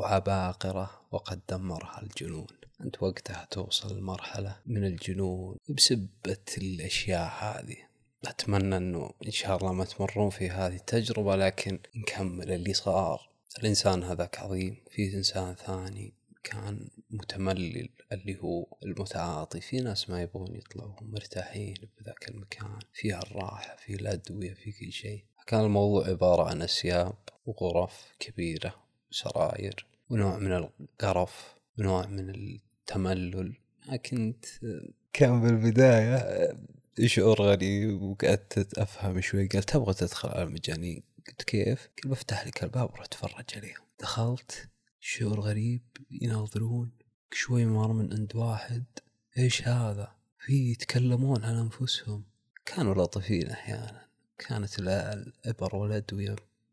وعباقرة وقد دمرها الجنون. أنت وقتها توصل لمرحلة من الجنون بسبة الأشياء هذه. أتمنى أنه إن شاء الله ما تمرون في هذه التجربة، لكن نكمل اللي صار. الإنسان هذاك عظيم. في إنسان ثاني كان متملل اللي هو المتعاطي. في ناس ما يبغون يطلعوا مرتاحين بذاك المكان، فيها الراحة، فيه الأدوية، فيه كل شيء. كان الموضوع عبارة عن أسياب وغرف كبيرة وسراير ونوع من القرف ونوع من التملل. كنت كان بالبداية شعور غريب وقعدت أفهم شوي. قال تبغى تدخل على المجانين؟ قلت كيف؟ قل بفتح لك الباب وروح اتفرج عليهم. دخلت، شعور غريب، يناظرون شوي. مر من عند واحد ايش هذا، في يتكلمون عن أنفسهم. كانوا لطيفين أحيانا، كانت الإبر والأدوية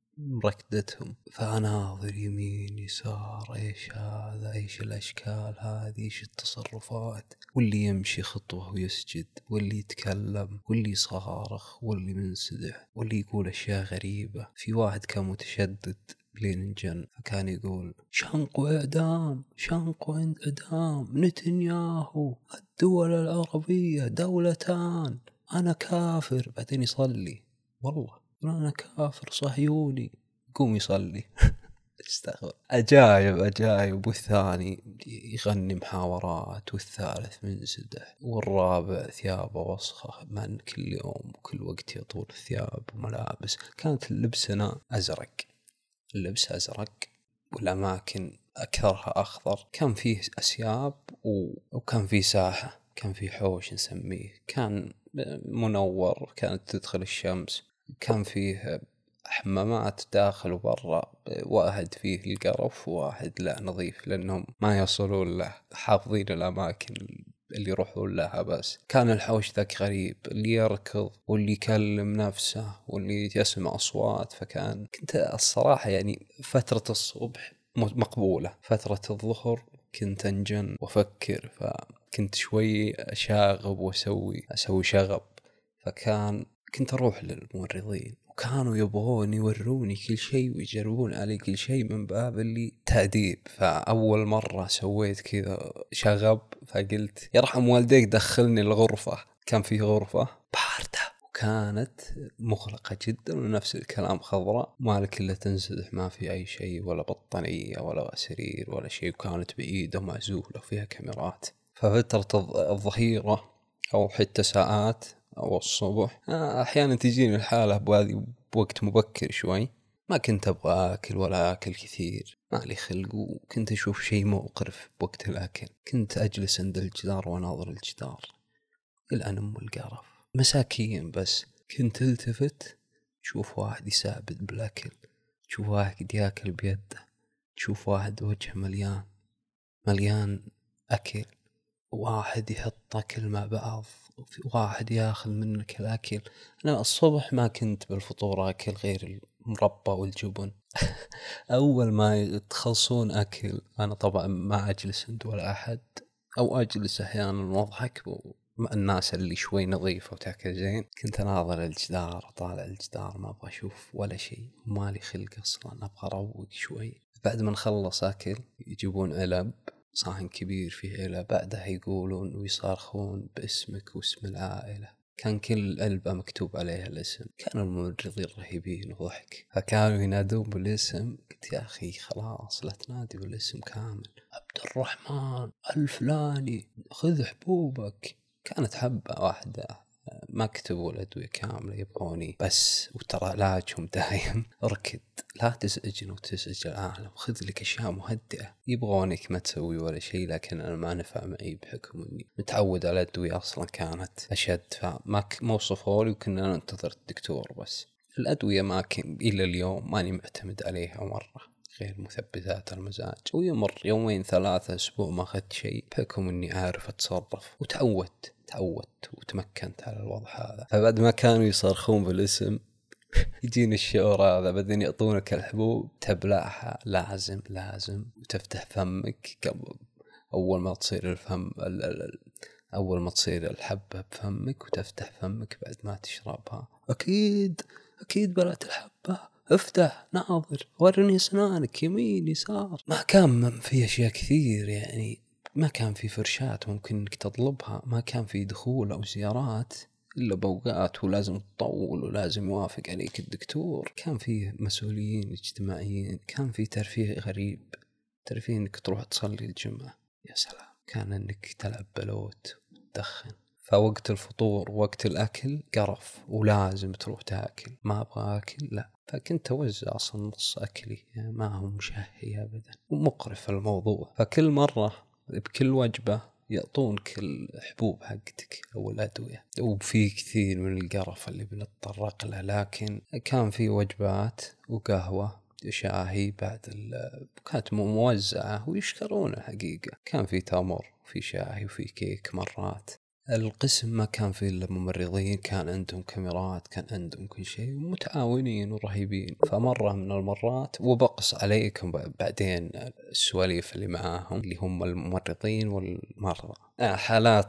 مركدتهم. فأناظر يمين يسار، ايش هذا، ايش الأشكال هذه، ايش التصرفات، واللي يمشي خطوة ويسجد، واللي يتكلم، واللي صارخ، واللي منسدح، واللي يقول أشياء غريبة. في واحد كان متشدد لين انجن، فكان يقول شنق وإعدام، شنق وإعدام، نتنياهو، الدول العربية دولتان، أنا كافر. بعدين يصلي، والله أنا كافر صهيوني، قوم يصلي. استغفر. أجايب أجايب. والثاني يغني محاورات، والثالث منسدح، والرابع ثيابه وسخة من كل يوم وكل وقت يطول الثياب وملابس. كانت لبسنا أزرق، اللبس أزرق والأماكن أكثرها أخضر. كان فيه أسياب وكان فيه ساحة، كان فيه حوش نسميه، كان منور، كانت تدخل الشمس. كان فيه حمامات داخل وبرا، واحد فيه القرف وواحد لا نظيف، لأنهم ما يصلون له، حافظين الأماكن اللي يروحون لها. بس كان الحوش ذاك غريب، اللي يركض واللي يكلم نفسه واللي يسمع أصوات. فكان كنت الصراحة يعني فترة الصبح مقبولة، فترة الظهر كنت أنجن وأفكر، فكنت شوي أشاغب وأسوي أسوي شغب. فكان كنت أروح للممرضين وكانوا يبغون يوروني كل شيء ويجربون علي كل شيء من باب اللي تأديب. فأول مرة سويت كذا شغب، فقلت يرحم والديك دخلني الغرفة. كان في غرفة باردة وكانت مغلقة جدا ونفس الكلام خضراء، مالك إلا تنسدح، ما في أي شيء ولا بطانية ولا سرير ولا شيء، وكانت بعيدة ومعزولة وفيها كاميرات. ففترة الظهيرة أو حتى ساعات أو الصبح أحيانا تجيني الحالة بهذه بوقت مبكر شوي، ما كنت أبغى أكل ولا أكل كثير، ما لي خلق، وكنت أشوف شيء مقرف بوقت الأكل. كنت أجلس عند الجدار وأناظر الجدار الأنم والقرف مساكين. بس كنت التفت تشوف واحد يسابد بالأكل، تشوف واحد يأكل بيده، تشوف واحد وجهه مليان مليان أكل، واحد يحط أكل مع بعض، واحد ياخذ منك الأكل. أنا الصبح ما كنت بالفطور أكل غير المربى والجبن. أول ما يتخلصون أكل أنا طبعا ما أجلس عند ولا أحد، أو أجلس أحيانا وأضحك مع الناس اللي شوي نظيفة وتاكل زين. كنت أناظر الجدار، أطالع الجدار، ما أبغى أشوف ولا شيء، مالي خلق أصلا، أبغى أروق شوي. بعد ما نخلص أكل يجيبون علب، صحن كبير فيه علب، بعدها يقولون ويصارخون باسمك واسم العائلة. كان كل علبة مكتوب عليها الاسم. كانوا الممرضين رهيبين وضحك، فكانوا ينادون بالاسم. قلت يا أخي خلاص لا تنادي بالاسم كامل، عبد الرحمن الفلاني خذ حبوبك. كانت حبة واحدة، ما كتبوا الأدوية كاملة، يبغوني بس. وترى علاجهم دايم ركض، لا تزعجنا وتزعج العالم، خذ لك أشياء مهدئة. يبغونك ما تسوي ولا شيء، لكن أنا ما نفع معي بحكم أني متعود على الأدوية أصلا كانت أشد، فما موصفوا لي وكنا ننتظر الدكتور. بس الأدوية ما كان إلى اليوم ماني معتمد عليها مرة، غير مثبتات المزاج. ويمر يومين ثلاثة أسبوع ما أخذت شيء بحكم أني عارف أتصرف، وتعودت تعودت وتمكنت على الوضع هذا. فبعد ما كانوا يصرخون بالاسم يجيني الشعور هذا، بعدين يعطونك الحبوب تبلعها لازم لازم وتفتح فمك قبل أول ما تصير الفم ال ال أول ما تصير الحبة بفمك، وتفتح فمك بعد ما تشربها. أكيد أكيد بلعت الحبة، افتح ناظر ورني أسنانك يمين يسار. ما كان في أشياء كثير يعني، ما كان في فرشات ممكن انك تطلبها، ما كان في دخول او زيارات الا بأوقات ولازم تطول ولازم يوافق عليك الدكتور. كان فيه مسؤولين اجتماعيين، كان في ترفيه غريب، ترفيه انك تروح تصلي الجمعة. يا سلام، كان انك تلعب بلوت وتدخن. فوقت الفطور ووقت الأكل قرف، ولازم تروح تاكل. ما أبغى أكل لا، فكنت أوزع أصلا نص أكلي، يعني ما هو مشهي أبدا ومقرف الموضوع. فكل مرة بكل وجبة يعطونك الحبوب حقتك أو الأدوية، وفي كثير من القرف اللي بنتطرق له. لكن كان في وجبات وقهوة شاهي بعد ال... كانت موزعة ويشكرون الحقيقة. كان في تمر وفي شاهي وفي كيك مرات. القسم ما كان فيه إلا ممرضين، كان عندهم كاميرات، كان عندهم كل شيء، ومتعاونين ورهيبين. فمرة من المرات، وبقص عليكم بعدين السواليف اللي معاهم اللي هم الممرضين والمرضى. حالات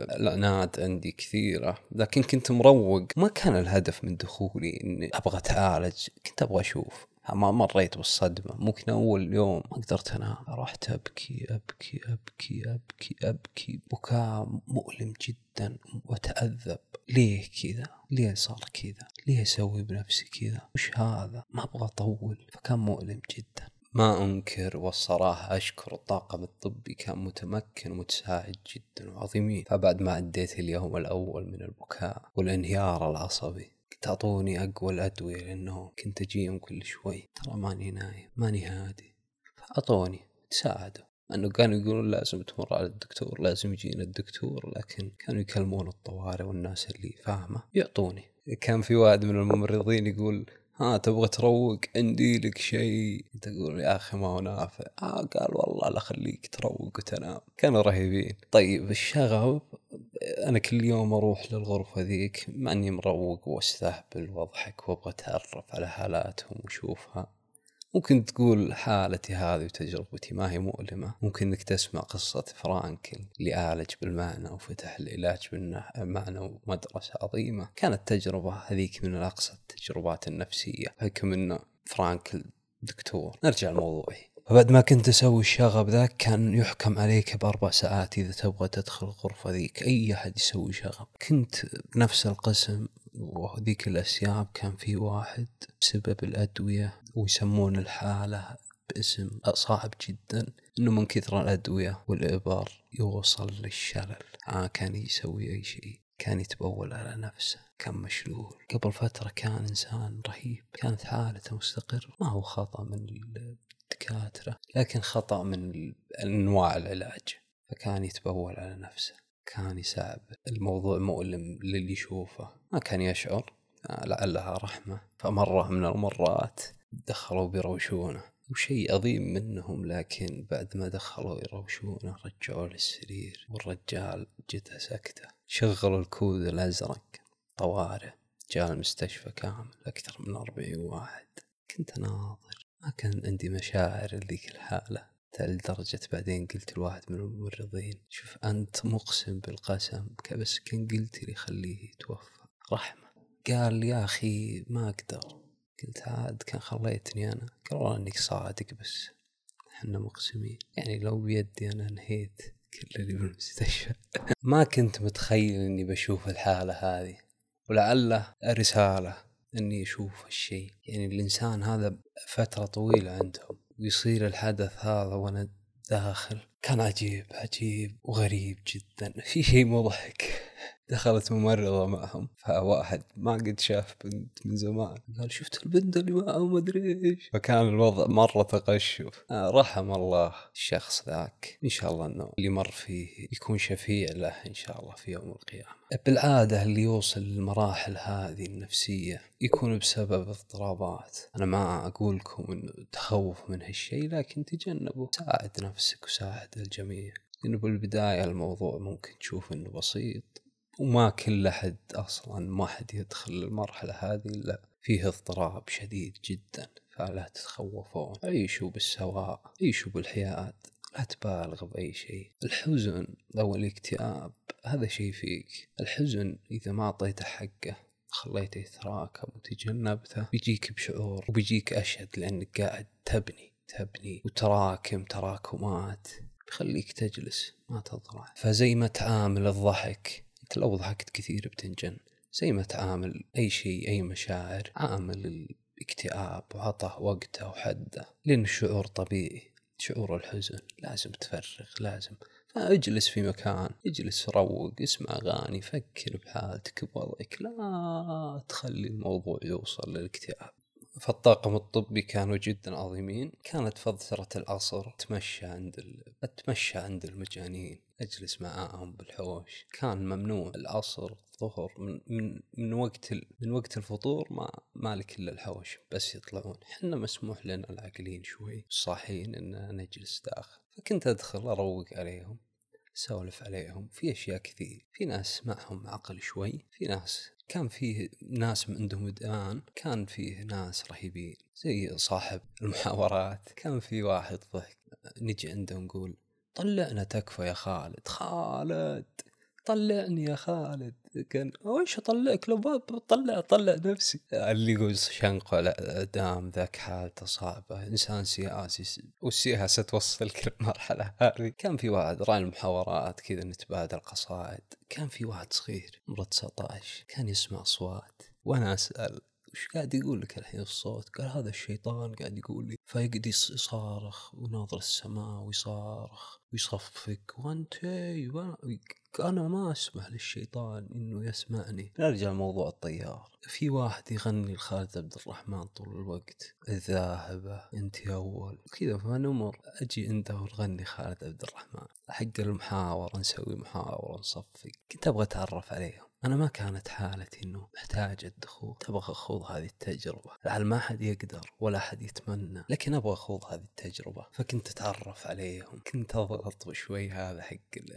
العناد عندي كثيرة، لكن كنت مروق. ما كان الهدف من دخولي إني أبغى أتعالج، كنت أبغى أشوف. ما مريت بالصدمة. ممكن أول يوم ما قدرت أنام، رحت أبكي أبكي أبكي أبكي أبكي بكاء مؤلم جدا وأتأذب. ليه كذا؟ ليه صار كذا؟ ليه أسوي بنفسي كذا؟ وش هذا؟ ما أبغى أطول. فكان مؤلم جدا. ما أنكر، والصراحة أشكر الطاقم الطبي، كان متمكن ومتساعد جدا وعظيمين. فبعد ما عديت اليوم الأول من البكاء والانهيار العصبي، تعطوني أقوى الأدوية لأنه كنت أجيهم كل شوي، ترى ماني نايم ماني هادي. فأعطوني، تساعدوا. أنه كانوا يقولون لازم تمر على الدكتور، لازم يجينا الدكتور، لكن كانوا يكلمون الطوارئ والناس اللي فاهمة يعطوني. كان في واحد من الممرضين يقول ها تبغى تروق؟ عندي لك شيء. تقول يا أخي ما هو نافع. آه قال والله لا خليك تروق وتنام. كانوا رهيبين. طيب الشغب، أنا كل يوم أروح للغرفة ذيك معني مروق واستهبل واضحك وابغى أتعرف على حالاتهم وشوفها. ممكن تقول حالتي هذه وتجربتي ما هي مؤلمة. ممكن انك تسمع قصة فرانكل اللي عالج بالمعنى وفتح العلاج بالمعنى ومدرسة عظيمة. كانت تجربة هذيك من أقصى التجربات النفسية، حكم انه فرانكل دكتور. نرجع لموضوعي. فبعد ما كنت أسوي الشغب ذاك كان يحكم عليك بأربع ساعات إذا تبغى تدخل الغرفة ذيك. أي أحد يسوي شغب. كنت بنفس القسم وذيك الأسياب كان في واحد بسبب الأدوية ويسمون الحالة باسم صعب جدا، إنه من كثر الأدوية والإبر يوصل للشلل. آه كان يسوي أي شيء، كان يتبول على نفسه، كان مشلول. قبل فترة كان إنسان رهيب، كانت حالته مستقرة. ما هو خطأ من الدكاترة لكن خطأ من أنواع العلاج، فكان يتبول على نفسه، كان يسعب. الموضوع مؤلم للي يشوفه، ما كان يشعر. لعلها رحمة. فمرة من المرات دخلوا بيروشونه وشيء عظيم منهم، لكن بعد ما دخلوا يروشونه رجعوا للسرير والرجال جتها سكتة. شغلوا الكود الأزرق طوارئ، جاء المستشفى كامل أكثر من أربعين واحد. كنت ناظر، ما كان عندي مشاعر ذيك الحالة لدرجة بعدين قلت لواحد من الممرضين شوف أنت مقسم بالقسم بس كان قلت لي خليه يتوفى رحمة. قال يا أخي ما أقدر. قلت عاد كان خليتني أنا. قال والله أنك صادق بس إحنا مقسمين، يعني لو بيدي أنا نهيت كل اللي بالمستشفى. ما كنت متخيل أني بشوف الحالة هذه، ولعله رسالة أني أشوف الشيء. يعني الإنسان هذا فترة طويلة عندهم ويصير الحدث هذا وأنا داخل. كان عجيب عجيب وغريب جدا. في شيء مضحك. دخلت ممرضة معهم، فواحد ما قد شاف بنت من زمان قال شفت البنت اللي معه ما أدري إيش. فكان الوضع مرة تقشف. آه رحم الله الشخص ذاك. إن شاء الله أنه اللي مر فيه يكون شفيع له إن شاء الله في يوم القيامة. بالعادة اللي يوصل للمراحل هذه النفسية يكون بسبب اضطرابات. أنا ما أقول لكم إنه تخوف من هالشيء، لكن تجنبوا، ساعد نفسك وساعد الجميع. لأنه بالبداية الموضوع ممكن تشوف إنه بسيط، وما كل أحد أصلاً ما حد يدخل المرحلة هذه إلا فيه اضطراب شديد جداً. فلا تتخوفون، عيشوا بالسواء، عيشوا بالحياة، لا تبالغ بأي شيء. الحزن أو الاكتئاب هذا شيء فيك. الحزن إذا ما أعطيته حقه خليته يتراكم وتجنبته بيجيك بشعور وبيجيك أشد، لأنك قاعد تبني تبني وتراكم تراكمات بخليك تجلس ما تضرع. فزي ما تعامل الضحك، انت لو ضحكت كثير بتنجن. زي ما تعامل أي شيء أي مشاعر، عامل الاكتئاب وعطه وقته وحده، لأن الشعور طبيعي. شعور الحزن لازم تفرغ، لازم. فاجلس في مكان، اجلس روق، اسمع أغاني، فكر بحالتك بوضعك، لا تخلي الموضوع يوصل للاكتئاب. فالطاقم الطبي كانوا جدا عظيمين. كانت فترة العصر أتمشى عند ال... أتمشى عند المجانين، أجلس معاهم بالحوش. كان ممنوع العصر الظهر من من من وقت ال... من وقت الفطور ما مالك إلا الحوش بس يطلعون. حنا مسموح لنا العاقلين شوي صاحين إن نجلس داخل. فكنت أدخل أروق عليهم، سولف عليهم في أشياء كثير. في ناس معهم عقل شوي، في ناس كان فيه ناس عندهم إدمان، كان فيه ناس رهيبين زي صاحب المحاورات. كان في واحد ضحك نجي عنده نقول طلعنا تكفى يا خالد. خالد طلعني يا خالد. كان وش أطلعك لو بطلع طلع نفسي. اللي يقول شنقه لا دام ذاك حالته صعبة. إنسان سياسي والسياسة توصلك للمرحلة هذه. كان في واحد راعي المحاورات كذا نتبادل قصائد. كان في واحد صغير عمره تسعة عشر كان يسمع أصوات، وأنا أسأل وش قاعد يقول لك الحين الصوت؟ قال هذا الشيطان قاعد يقول لي. فيقعد يصارخ وناظر السماء ويصارخ ويصفق وانتي وانا أنا ما أسمح للشيطان إنه يسمعني. نرجع لموضوع الطيار. في واحد يغني لخالد عبد الرحمن طول الوقت، الذاهبة أنت أول كذا. فنمر أجي عنده ونغني خالد عبد الرحمن. حق المحاورة نسوي محاورة نصفق. كنت أبغى أتعرف عليهم. أنا ما كانت حالتي إنه محتاج الدخول، أبغى أخوض هذه التجربة. لعل ما حد يقدر ولا حد يتمنى، لكن أبغى أخوض هذه التجربة. فكنت أتعرف عليهم، كنت أضغط شوي هذا حق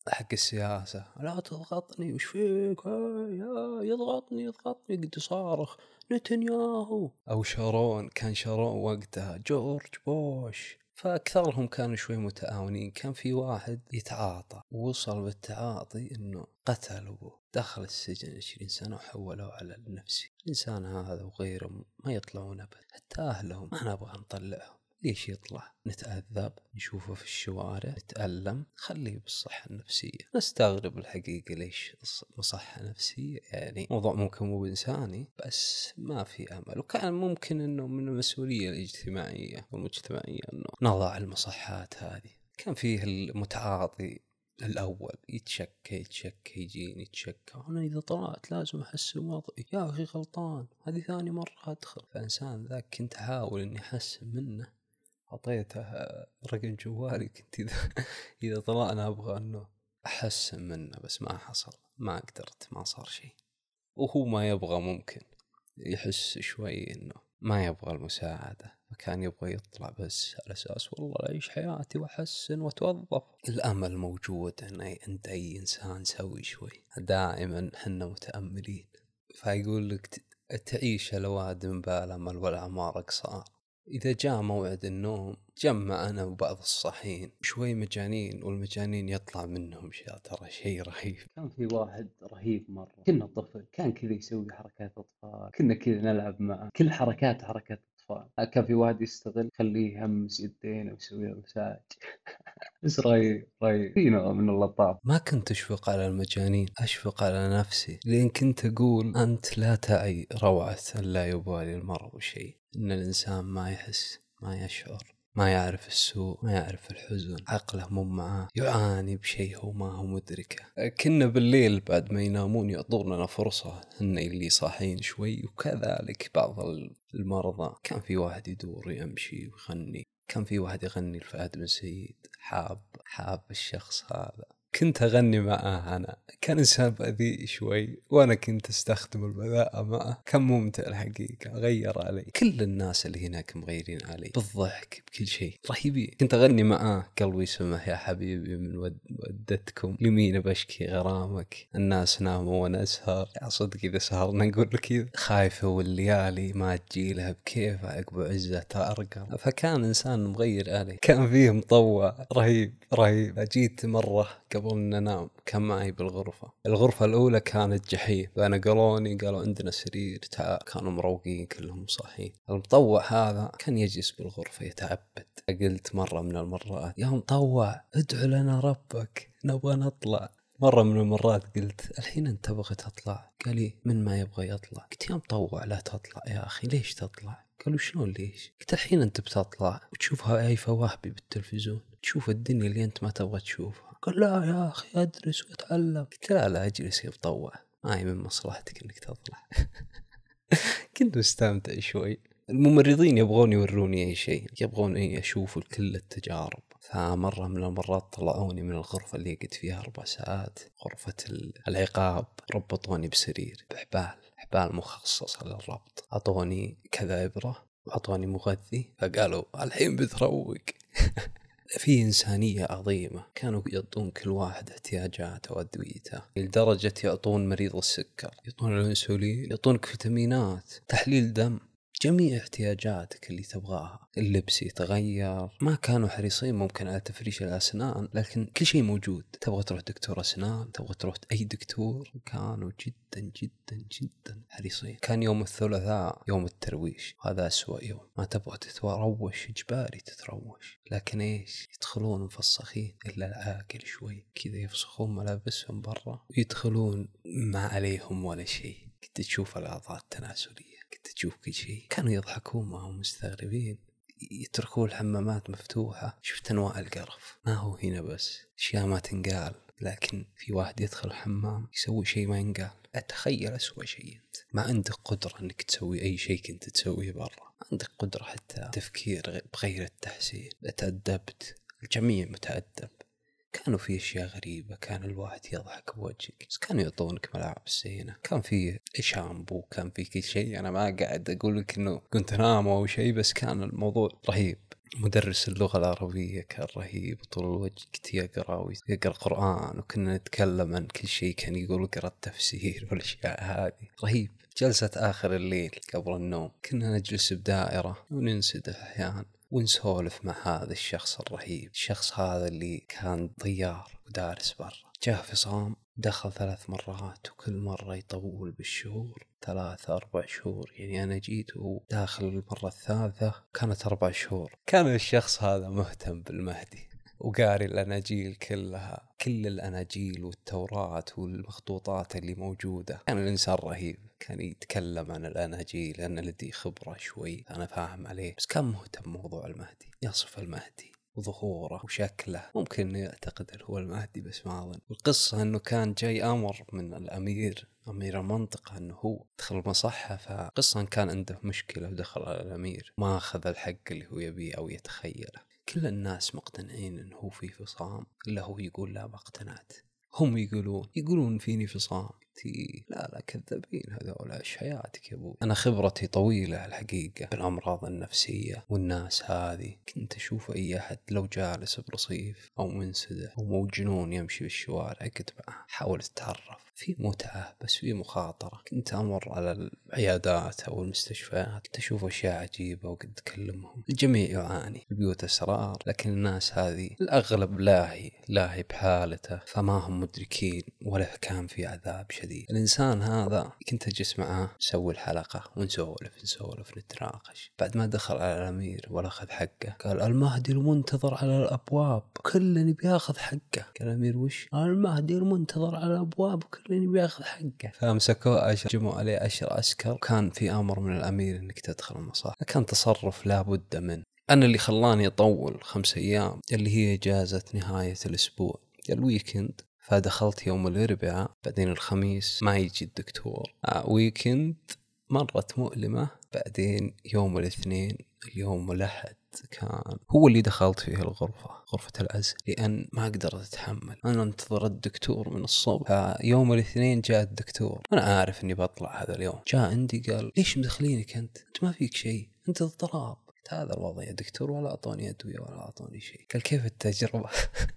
حق السياسة، لا تضغطني وش فيك يا يضغطني يضغطني قد صارخ نتنياهو أو شارون، كان شارون وقتها جورج بوش. فأكثرهم كانوا شوي متعاونين. كان في واحد يتعاطى ووصل بالتعاطي إنه قتل أبوه، دخل السجن عشرين سنة وحولوه على النفسي. الإنسان هذا وغيره ما يطلعون أبدا، حتى أهلهم ما نبغى نطلعهم. ليش يطلع؟ نتعذب، نشوفه في الشوارع، نتألم، خليه بالصحة النفسية. نستغرب الحقيقة ليش مصحة نفسية، يعني موضوع ممكن مو إنساني بس ما في أمل. وكان ممكن أنه من المسؤولية الاجتماعية والمجتمعية أنه نضع المصحات هذه. كان فيه المتعاطي الأول يتشكى يتشكى يجيني يتشكى، أنا إذا طلعت لازم أحسن وضعي، يا أخي غلطان، هذه ثاني مرة أدخل. فإنسان ذاك كنت أحاول إني أحسن منه، أعطيته رقم جوالي، كنت إذا إذا طلعنا أبغى إنه أحسن منه بس ما حصل، ما قدرت، ما صار شيء. وهو ما يبغى، ممكن يحس شوي إنه ما يبغى المساعدة، فكان يبغى يطلع بس على أساس والله أعيش حياتي وأحسن وأتوظف. الأمل موجود عند أي إنسان سوي شوي، دائما حنا متأملين. فيقول لك تعيش الأوادم بالأمل والأعمار قصار. إذا جاء موعد النوم جمع أنا وبعض الصحين شوي مجانين، والمجانين يطلع منهم شيء ترى شيء رهيب. كان في واحد رهيب مرة، كنا طفل، كان كذا يسوي حركات أطفال، كنا كذا نلعب معه، كل حركات حركات أطفال. كان في واحد يستغل خليه يهمس يدينه ويسوي له مساج. بس رهيب رهيب، في نوع من اللطافة. ما كنت أشفق على المجانين، أشفق على نفسي، لأن كنت أقول أنت لا تعي روعة لا يبالي المرء شيء. إن الإنسان ما يحس، ما يشعر، ما يعرف السوء، ما يعرف الحزن، عقله مو معاه، يعاني بشيء هو ما هو مدركه. كنا بالليل بعد ما ينامون يعطوننا فرصة إن اللي صاحين شوي، وكذلك بعض المرضى. كان في واحد يدور ويمشي ويغني، كان في واحد يغني لفهد بن سعيد، حاب حاب الشخص هذا، كنت أغني معه أنا. كان إنسان بذيء شوي وأنا كنت أستخدم البذاءة معه، كان ممتع الحقيقة، غير علي. كل الناس اللي هناك مغيرين علي بالضحك بكل شيء، رهيبين. كنت أغني معه قلبي سمح يا حبيبي من ودتكم، يمين بشكي غرامك، الناس ناموا وأنا أسهر، يا صدق إذا سهرنا نقول لك كذا، خايفة والليالي ما تجيلها بكيف عقب عزة أرقى. فكان إنسان مغير علي. كان فيه مطوع رهيب رهيب. جيت مرة قبل أن ننام، كان معي بالغرفة. الغرفة الأولى كانت جحيم، فأنا قالوني قالوا عندنا سرير تعال، كانوا مروقين كلهم صاحين. المطوع هذا كان يجلس بالغرفة يتعبد. قلت مرة من المرات يا مطوع ادعو لنا ربك نبغى نطلع. مرة من المرات قلت الحين أنت تبغى تطلع؟ قال لي من ما يبغى يطلع؟ قلت يا مطوع لا تطلع يا أخي. ليش تطلع؟ قالوا شلون ليش؟ قلت الحين أنت بتطلع وتشوف هاي فواهبي بالتلفزيون، تشوف الدنيا اللي أنت ما تبغى تشوفها. قال لا يا أخي أدرس وأتعلم. قلت لا لا أجلس يا مطوع، ما هي من مصلحتك أنك تطلع. كنت مستمتع شوي. الممرضين يبغون يوروني أي شيء، يبغون أي أشوف كل التجارب. فمرة من المرات طلعوني من الغرفة اللي قد فيها أربع ساعات، غرفة العقاب، ربطوني بسرير بحبال حبال مخصصة للربط، أعطوني كذا إبرة وأعطوني مغذي، فقالوا الحين بتروق. في إنسانية عظيمة، كانوا يعطون كل واحد احتياجاته وأدويته، لدرجة يعطون مريض السكر، يعطون الأنسولين، يعطونك فيتامينات، تحليل دم، جميع احتياجاتك اللي تبغاها. اللبس يتغير، ما كانوا حريصين ممكن على تفريش الأسنان، لكن كل شيء موجود. تبغى تروح دكتور أسنان، تبغى تروح أي دكتور، كانوا جدا جدا جدا حريصين. كان يوم الثلاثاء يوم الترويش، هذا أسوأ يوم. ما تبغى تتروش إجباري تتروش، لكن إيش يدخلون مفسخين إلا العاقل شوي كذا، يفسخون ملابسهم برا ويدخلون ما عليهم ولا شيء. كنت تشوف الأعضاء التناسلية، كنت تشوف كل شيء. كانوا يضحكون ما هم مستغربين، يتركون الحمامات مفتوحة. شفت أنواع القرف، ما هو هنا بس أشياء ما تنقال، لكن في واحد يدخل الحمام يسوي شيء ما ينقال. أتخيل أسوأ شيء، أنت ما عندك قدرة أنك تسوي أي شيء كنت تسويه برا، عندك قدرة حتى تفكير بغير التحسين. تأدبت، الجميع متأدب. كانوا في أشياء غريبة، كان الواحد يضحك بوجهك، بس كانوا يعطونك ملاعب السينة، كان في شامبو، كان في كل شيء. أنا ما قاعد أقول لك إنه كنت نام أو شيء، بس كان الموضوع رهيب. مدرس اللغة العربية كان رهيب طول الوقت يقرأ ويقرأ قرآن، وكنا نتكلم عن كل شيء، كان يقول اقرأ التفسير والأشياء هذه. رهيب. جلسة آخر الليل قبل النوم كنا نجلس بدائرة وننسدح أحيانا ونسولف مع هذا الشخص الرهيب. الشخص هذا اللي كان طيار ودارس برا، جاء فصام دخل ثلاث مرات وكل مرة يطول بالشهور، ثلاثة أربع شهور. يعني أنا جيت وداخل المرة الثالثة كانت أربع شهور. كان الشخص هذا مهتم بالمهدي وقاري الأناجيل كلها، كل الأناجيل والتوراة والمخطوطات اللي موجودة. كان الإنسان رهيب، كان يتكلم عن الأناجيل، أنا لدي خبرة شوي أنا فاهم عليه، بس كان مهتم بموضوع المهدي، يصف المهدي وظهوره وشكله. ممكن إنه يعتقد أنه هو المهدي بس ما أظن. القصة أنه كان جاي أمر من الأمير، أمير المنطقة، أنه هو دخل المصحة. فقصة أن كان عنده مشكلة ودخل على الأمير ما أخذ الحق اللي هو يبيه أو يتخيله. كل الناس مقتنعين أنه هو في فصام، إلا هو يقول لا ما اقتنعت. هم يقولون يقولون فيني فصام. لا لا كذابين هذول، ايش حياتك يا ابوي. انا خبرتي طويله الحقيقه بالامراض النفسيه والناس هذه. كنت اشوف اي احد لو جالس برصيف او منسدح او مجنون يمشي بالشوارع كنت معه حاول اتعرف. في متعه بس في مخاطره. كنت امر على العيادات او المستشفيات كنت اشوف اشياء عجيبه وكنت اكلمهم. الجميع يعاني، البيوت اسرار، لكن الناس هذه الاغلب لاهي لاهي بحالته، فما هم مدركين ولا كان في عذاب شديد. الإنسان هذا كنت أجلس معه نسوي الحلقة ونسولف نسولف نتناقش. بعد ما دخل على الأمير ولا أخذ حقه قال المهدي المنتظر على الأبواب كلني بياخذ حقه. قال الأمير وش؟ قال المهدي المنتظر على الأبواب كلني بياخذ حقه. فامسكوه أشر، جمعوا عليه عشر عسكر، وكان في أمر من الأمير إنك تدخل المصاحف. كان تصرف لا بد منه. أنا اللي خلاني أطول خمس أيام اللي هي إجازة نهاية الأسبوع الويكند، فدخلت يوم الأربعاء بعدين الخميس ما يجي الدكتور. آه ويكند مرت مؤلمة. بعدين يوم الاثنين اليوم الأحد كان هو اللي دخلت فيه الغرفة، غرفة العزل، لأن ما قدرت أتحمل. أنا انتظر الدكتور من الصبح. يوم الاثنين جاء الدكتور، أنا عارف أني بطلع هذا اليوم. جاء عندي قال ليش مدخلينك أنت؟ أنت ما فيك شيء، أنت اضطراب. هذا الوضع يا دكتور، ولا أعطوني أدوية ولا أعطوني شيء. قال كيف التجربة؟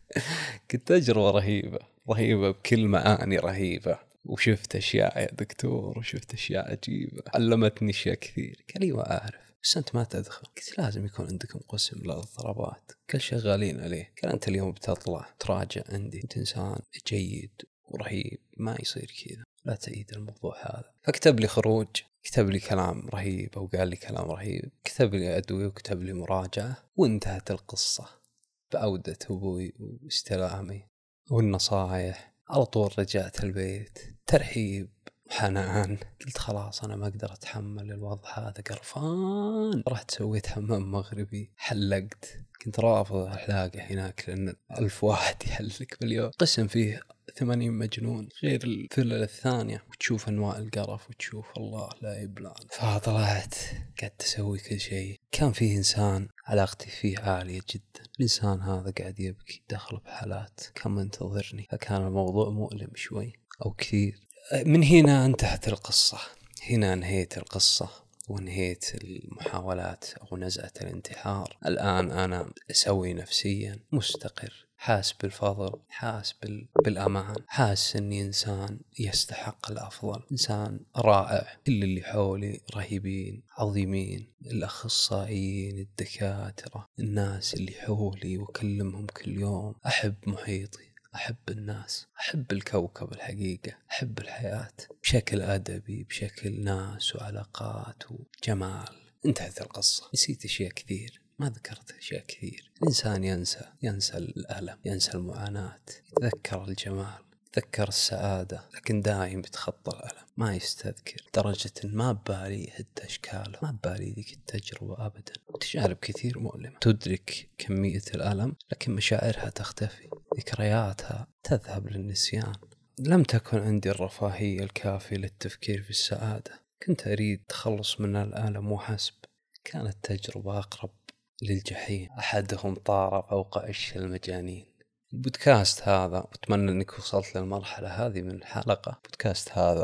كنت تجربة رهيبة رهيبة بكل معاني رهيبة، وشفت أشياء يا دكتور وشفت أشياء عجيبة علمتني أشياء كثير. قال لي وأعرف بس أنت ما تدخل. قلت لازم يكون عندكم قسم للاضطرابات. قال شغالين عليه. قال أنت اليوم بتطلع تراجع عندي، أنت إنسان جيد ورهيب، ما يصير كذا، لا تعيد الموضوع هذا. فكتب لي خروج، كتب لي كلام رهيب أو قال لي كلام رهيب، كتب لي أدوية وكتب لي مراجعة، وانتهت القصة بعودة أبوي واستلامي والنصائح. على طول رجعت البيت، ترحيب وحنان. قلت خلاص أنا ما أقدر أتحمل الوضع هذا، قرفان. رحت سويت حمام مغربي، حلقت. كنت رافض الحلاقة هناك لأن ألف واحد يحلق باليوم، قسم فيه ثمانين مجنون غير الفلة الثانية، وتشوف أنواع القرف وتشوف الله لا يبلان. فطلعت قعدت أسوي كل شيء. كان فيه إنسان علاقتي فيه عالية جدا. الإنسان هذا قاعد يبكي داخل بحالات، كان منتظرني. فكان الموضوع مؤلم شوي أو كثير. من هنا انتهت القصة، هنا انهيت القصة وانهيت المحاولات أو نزعة الانتحار. الآن أنا أسوي نفسيا مستقر، حاس بالفضل، حاس بالأمان، حاس أني إنسان يستحق الأفضل، إنسان رائع. كل اللي حولي رهيبين عظيمين، الأخصائيين، الدكاترة، الناس اللي حولي وكلمهم كل يوم. أحب محيطي، أحب الناس، أحب الكوكب الحقيقة، أحب الحياة بشكل أدبي، بشكل ناس وعلاقات وجمال. انتهت القصة. نسيت أشياء كثير، ما ذكرت أشياء كثير. الإنسان ينسى ينسى الألم، ينسى المعاناة، يتذكر الجمال، يتذكر السعادة، لكن دائم يتخطى الألم، ما يستذكر. درجة ما ببالي حتى أشكاله، ما ببالي ذيك التجربة أبدا. تجارب كثير مؤلمة، تدرك كمية الألم لكن مشاعرها تختفي، ذكرياتها تذهب للنسيان. لم تكن عندي الرفاهية الكافية للتفكير في السعادة. كنت أريد تخلص من الألم وحسب. كانت تجربة أقرب للجحيم. أحدهم طار فوق عش المجانين. البودكاست هذا، أتمنى أنك وصلت للمرحلة هذه من الحلقة. البودكاست هذا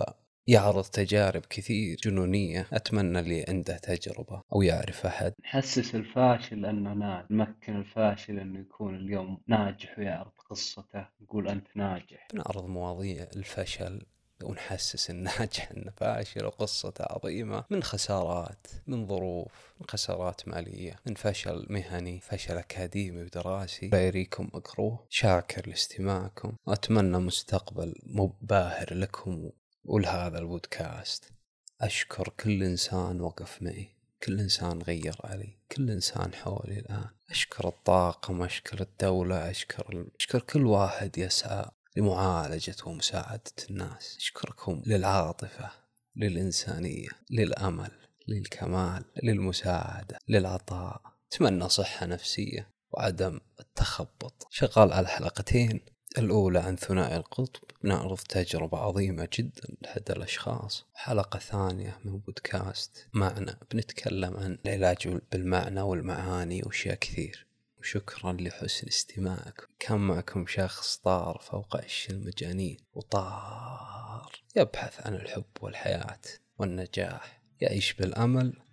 يعرض تجارب كثير جنونية. أتمنى اللي عنده تجربة أو يعرف أحد. نحسس الفاشل أنه ناجح، نمكن الفاشل أنه يكون اليوم ناجح ويعرض قصته، نقول أنت ناجح. بنعرض مواضيع الفشل ونحسس الناجح انه فاشل وقصته عظيمة، من خسارات، من ظروف، من خسارات مالية، من فشل مهني، فشل أكاديمي ودراسي. بيريكم اقروه. شاكر لاستماعكم وأتمنى مستقبل مباهر لكم ولهذا البودكاست. أشكر كل إنسان وقف معي، كل إنسان غير علي، كل إنسان حولي الآن. أشكر الطاقم، أشكر الدولة، أشكر أشكر كل واحد يسعى لمعالجة ومساعدة الناس. أشكركم للعاطفة، للإنسانية، للأمل، للكمال، للمساعدة، للعطاء. أتمنى صحة نفسية وعدم التخبط. شغال على حلقتين، الأولى عن ثنائي القطب، نعرض تجربة عظيمة جدا لأحد الأشخاص. حلقة ثانية من بودكاست معنى، بنتكلم عن العلاج بالمعنى والمعاني وأشياء كثير. وشكرا لحسن استماعكم. كان معكم شخص طار فوق عش المجانين وطار يبحث عن الحب والحياة والنجاح، يعيش بالأمل